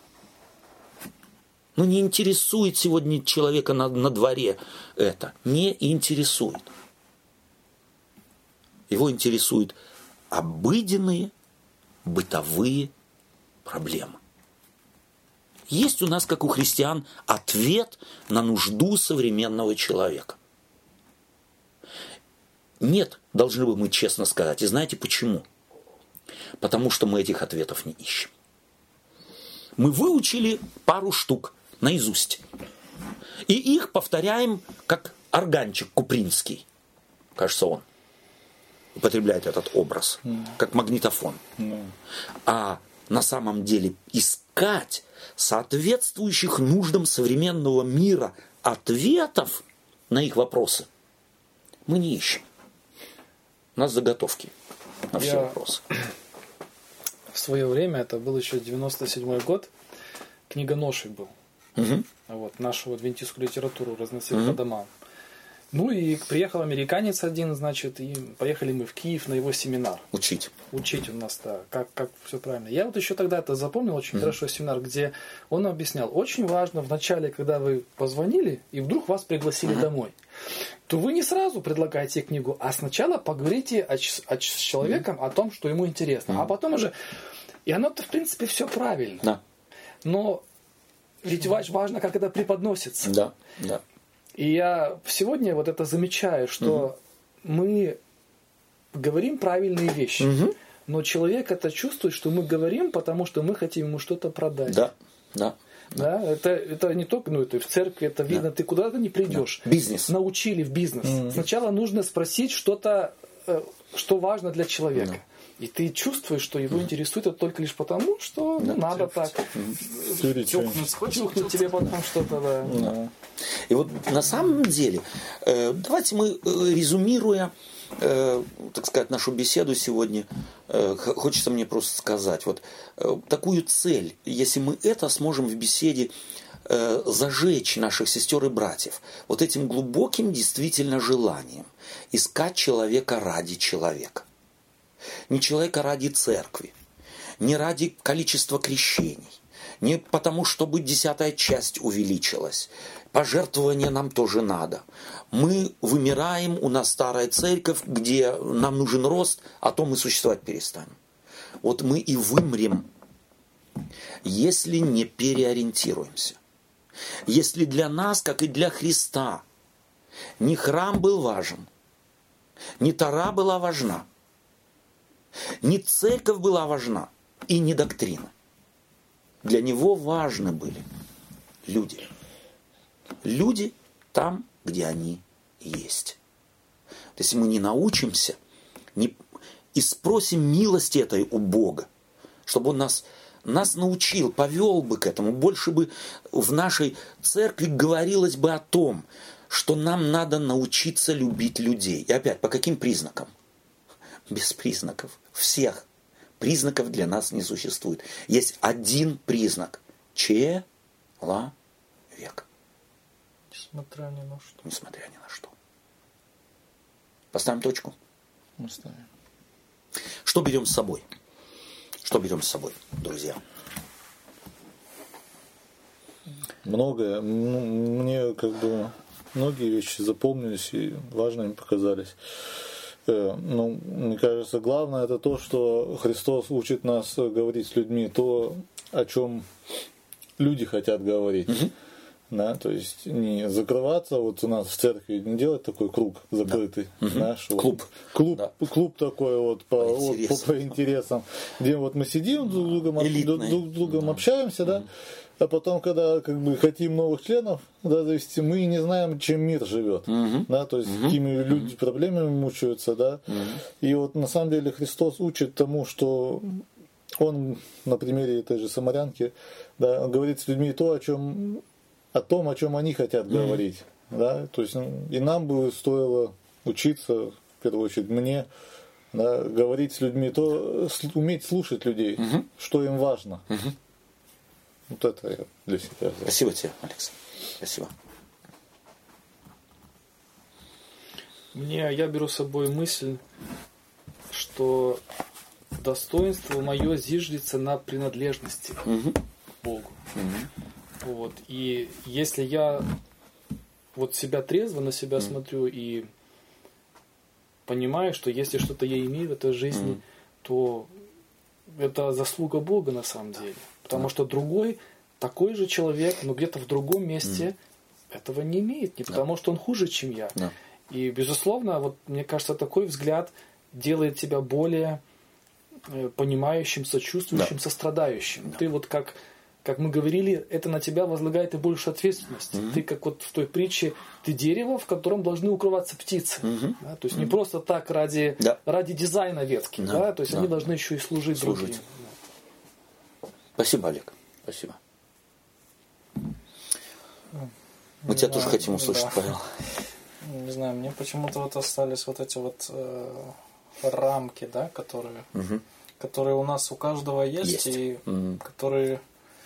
Ну, не интересует сегодня человека на, на дворе это. Не интересует. Его интересуют обыденные, бытовые проблемы. Есть у нас, как у христиан, ответ на нужду современного человека. Нет, должны бы мы честно сказать. И знаете почему? Потому что мы этих ответов не ищем. Мы выучили пару штук наизусть. И их повторяем, как органчик купринский. Кажется, он употребляет этот образ, mm. как магнитофон. Mm. А на самом деле искать соответствующих нуждам современного мира ответов на их вопросы мы не ищем. У нас заготовки на все Я... вопросы. В свое время, это был еще девяносто седьмой год, книгоношей был. Угу. Вот, нашу адвентистскую литературу разносили угу. по домам. Ну и приехал американец один, значит, и поехали мы в Киев на его семинар. Учить. Учить у нас, да, как, как все правильно. Я вот еще тогда это запомнил очень mm-hmm. хорошо семинар, где он объяснял, очень важно в начале, когда вы позвонили, и вдруг вас пригласили mm-hmm. домой, то вы не сразу предлагаете книгу, а сначала поговорите о, о, с человеком mm-hmm. о том, что ему интересно. Mm-hmm. А потом уже... И оно-то, в принципе, все правильно. Да. Но ведь важно, как это преподносится. Да, да. И я сегодня вот это замечаю, что угу. мы говорим правильные вещи, угу. но человек это чувствует, что мы говорим, потому что мы хотим ему что-то продать. Да, да. Да, это, это не только, ну, это в церкви, это видно, да. ты куда-то не придешь. Да. Бизнес. Научили в бизнес. Угу. Сначала нужно спросить что-то, что важно для человека. Да. И ты чувствуешь, что его интересует это только лишь потому, что ну, да, надо так чухнуть тебе потом что-то. Да. Да. И вот на самом деле, э, давайте мы, э, резюмируя, э, так сказать, нашу беседу сегодня, э, хочется мне просто сказать, вот э, такую цель, если мы это сможем в беседе э, зажечь наших сестер и братьев, вот этим глубоким действительно желанием искать человека ради человека. Не человека ради церкви, не ради количества крещений, не потому, чтобы десятая часть увеличилась. Пожертвования нам тоже надо. Мы вымираем, у нас старая церковь, где нам нужен рост, а то мы существовать перестанем. Вот мы и вымрем, если не переориентируемся. Если для нас, как и для Христа, не храм был важен, не Тора была важна, не церковь была важна и не доктрина. Для него важны были люди. Люди там, где они есть. Если мы не научимся не, и спросим милости этой у Бога, чтобы Он нас, нас научил, повел бы к этому, больше бы в нашей церкви говорилось бы о том, что нам надо научиться любить людей. И опять, по каким признакам? Без признаков. Всех признаков для нас не существует. Есть один признак. Человек. Несмотря ни на что. Несмотря ни на что. Поставим точку. Поставим. Что берем с собой? Что берем с собой, друзья? Многое. Мне как бы многие вещи запомнились и важными показались. ну, мне кажется, главное это то, что Христос учит нас говорить с людьми то, о чем люди хотят говорить. Угу. Да, то есть не закрываться, вот у нас в церкви не делать такой круг закрытый, да. Наш клуб, вот, клуб, да. клуб такой вот по, по, вот, по, по интересам, где вот мы сидим друг с другом, Элитный. друг с другом да. общаемся, да, угу. а потом, когда как бы хотим новых членов, да, то есть мы не знаем, чем мир живет, угу. да, то есть угу. какими люди угу. проблемами мучаются, да, угу. и вот на самом деле Христос учит тому, что Он на примере этой же самарянки, да, говорит с людьми то, о чем о том, о чем они хотят mm-hmm. говорить. Да? То есть и нам бы стоило учиться, в первую очередь мне, да, говорить с людьми, то уметь слушать людей, mm-hmm. что им важно. Mm-hmm. Вот это я для себя взял. Спасибо тебе, Алекс. Спасибо. Мне, я беру с собой мысль, что достоинство мое зиждется на принадлежности mm-hmm. Богу. Mm-hmm. Вот. И если я вот себя трезво на себя mm. смотрю и понимаю, что если что-то я имею в этой жизни, mm. то это заслуга Бога на самом деле. Потому mm. что другой, такой же человек, но где-то в другом месте mm. этого не имеет. Не потому yeah. что он хуже, чем я. Yeah. И, безусловно, вот мне кажется, такой взгляд делает тебя более понимающим, сочувствующим, yeah. сострадающим. Yeah. Ты вот как... Как мы говорили, это на тебя возлагает и больше ответственности. Mm-hmm. Ты как вот в той притче, ты дерево, в котором должны укрываться птицы. Mm-hmm. Да? То есть mm-hmm. не просто так ради, да. ради дизайна ветки. Да. Да? То есть да. они должны еще и служить, служить. другим. Да. Спасибо, Олег. Спасибо. Мы тебя тоже хотим услышать, да. Павел. Не знаю, мне почему-то вот остались вот эти вот э, рамки, да, которые, mm-hmm. которые у нас у каждого есть, есть. и mm-hmm. которые...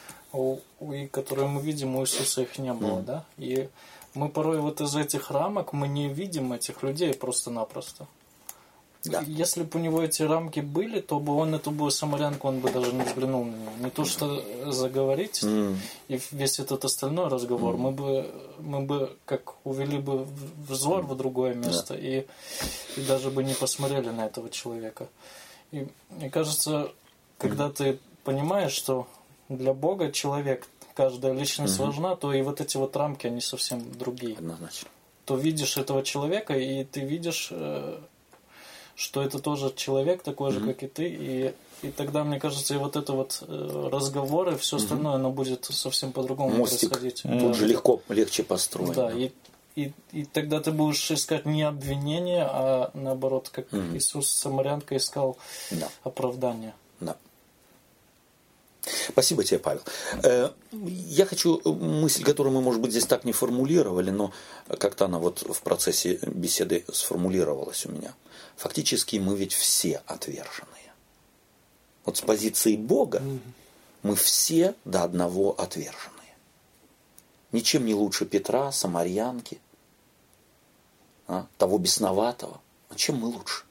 и которые мы видим, у Иисуса их не было, mm. да? И мы порой вот из этих рамок мы не видим этих людей просто-напросто. Да. Если бы у него эти рамки были, то бы он эту бы самарянку, он бы даже не взглянул на нее. Не то что заговорить mm. и весь этот остальной разговор, mm. мы бы мы бы как увели бы взор в другое место yeah. и, и даже бы не посмотрели на этого человека. И мне кажется, когда mm. ты понимаешь, что для Бога человек, каждая личность угу. важна, то и вот эти вот рамки, они совсем другие. Однозначно. То видишь этого человека, и ты видишь, что это тоже человек такой же, угу. как и ты, и, и тогда, мне кажется, и вот это вот разговоры, все угу. остальное, оно будет совсем по-другому Мостик. происходить. Тут да. же легко, легче построить. Да, и, и, и тогда ты будешь искать не обвинение, а наоборот, как угу. Иисус самарянка искал да. оправдание. Да. Спасибо тебе, Павел. Я хочу мысль, которую мы, может быть, здесь так не формулировали, но как-то она вот в процессе беседы сформулировалась у меня. Фактически мы ведь все отверженные. Вот с позиции Бога мы все до одного отверженные. Ничем не лучше Петра, самарянки, а, того бесноватого. А чем мы лучше?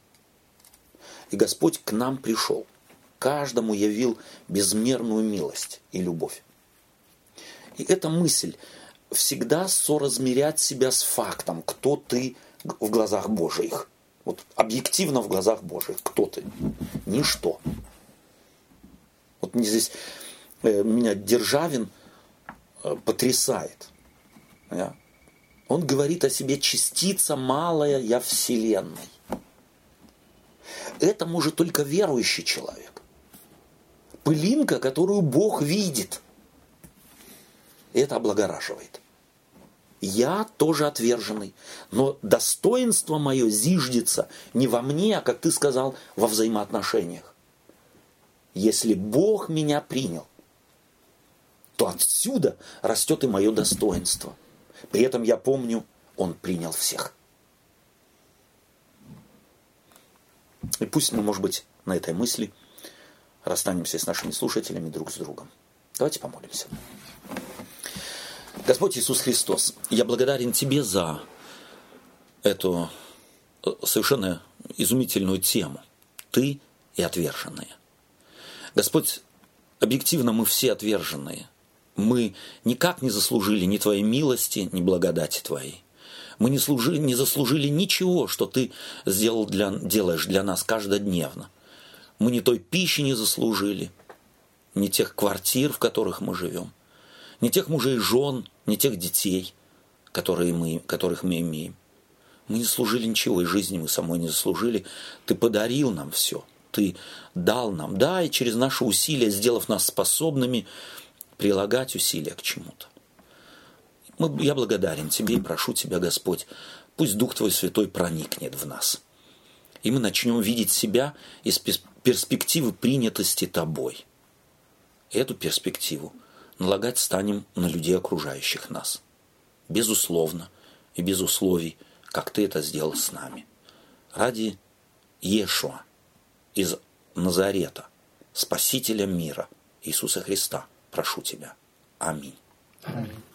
И Господь к нам пришел. Каждому явил безмерную милость и любовь. И эта мысль всегда соразмерять себя с фактом, кто ты в глазах Божьих. Вот объективно в глазах Божьих, кто ты? Ничто. Вот мне здесь э, меня Державин э, потрясает. Ja? Он говорит о себе частица малая я Вселенной. Это может только верующий человек. Пылинка, которую Бог видит. И это облагораживает. Я тоже отверженный. Но достоинство мое зиждется не во мне, а, как ты сказал, во взаимоотношениях. Если Бог меня принял, то отсюда растет и мое достоинство. При этом я помню, Он принял всех. И пусть мы, может быть, на этой мысли расстанемся с нашими слушателями друг с другом. Давайте помолимся. Господь Иисус Христос, я благодарен Тебе за эту совершенно изумительную тему. Ты и отверженные. Господь, объективно мы все отверженные. Мы никак не заслужили ни Твоей милости, ни благодати Твоей. Мы не, служили, не заслужили ничего, что Ты сделал для, делаешь для нас каждодневно. Мы ни той пищи не заслужили, ни тех квартир, в которых мы живем, ни тех мужей и жен, ни тех детей, которые мы, которых мы имеем. Мы не заслужили ничего, и жизни мы самой не заслужили. Ты подарил нам все. Ты дал нам, да, и через наши усилия, сделав нас способными прилагать усилия к чему-то. Мы, я благодарен Тебе и прошу Тебя, Господь, пусть Дух Твой Святой проникнет в нас. И мы начнем видеть себя из перспективы принятости Тобой. Эту перспективу налагать станем на людей, окружающих нас. Безусловно и без условий, как Ты это сделал с нами. Ради Иешуа из Назарета, Спасителя мира, Иисуса Христа, прошу Тебя. Аминь. Аминь.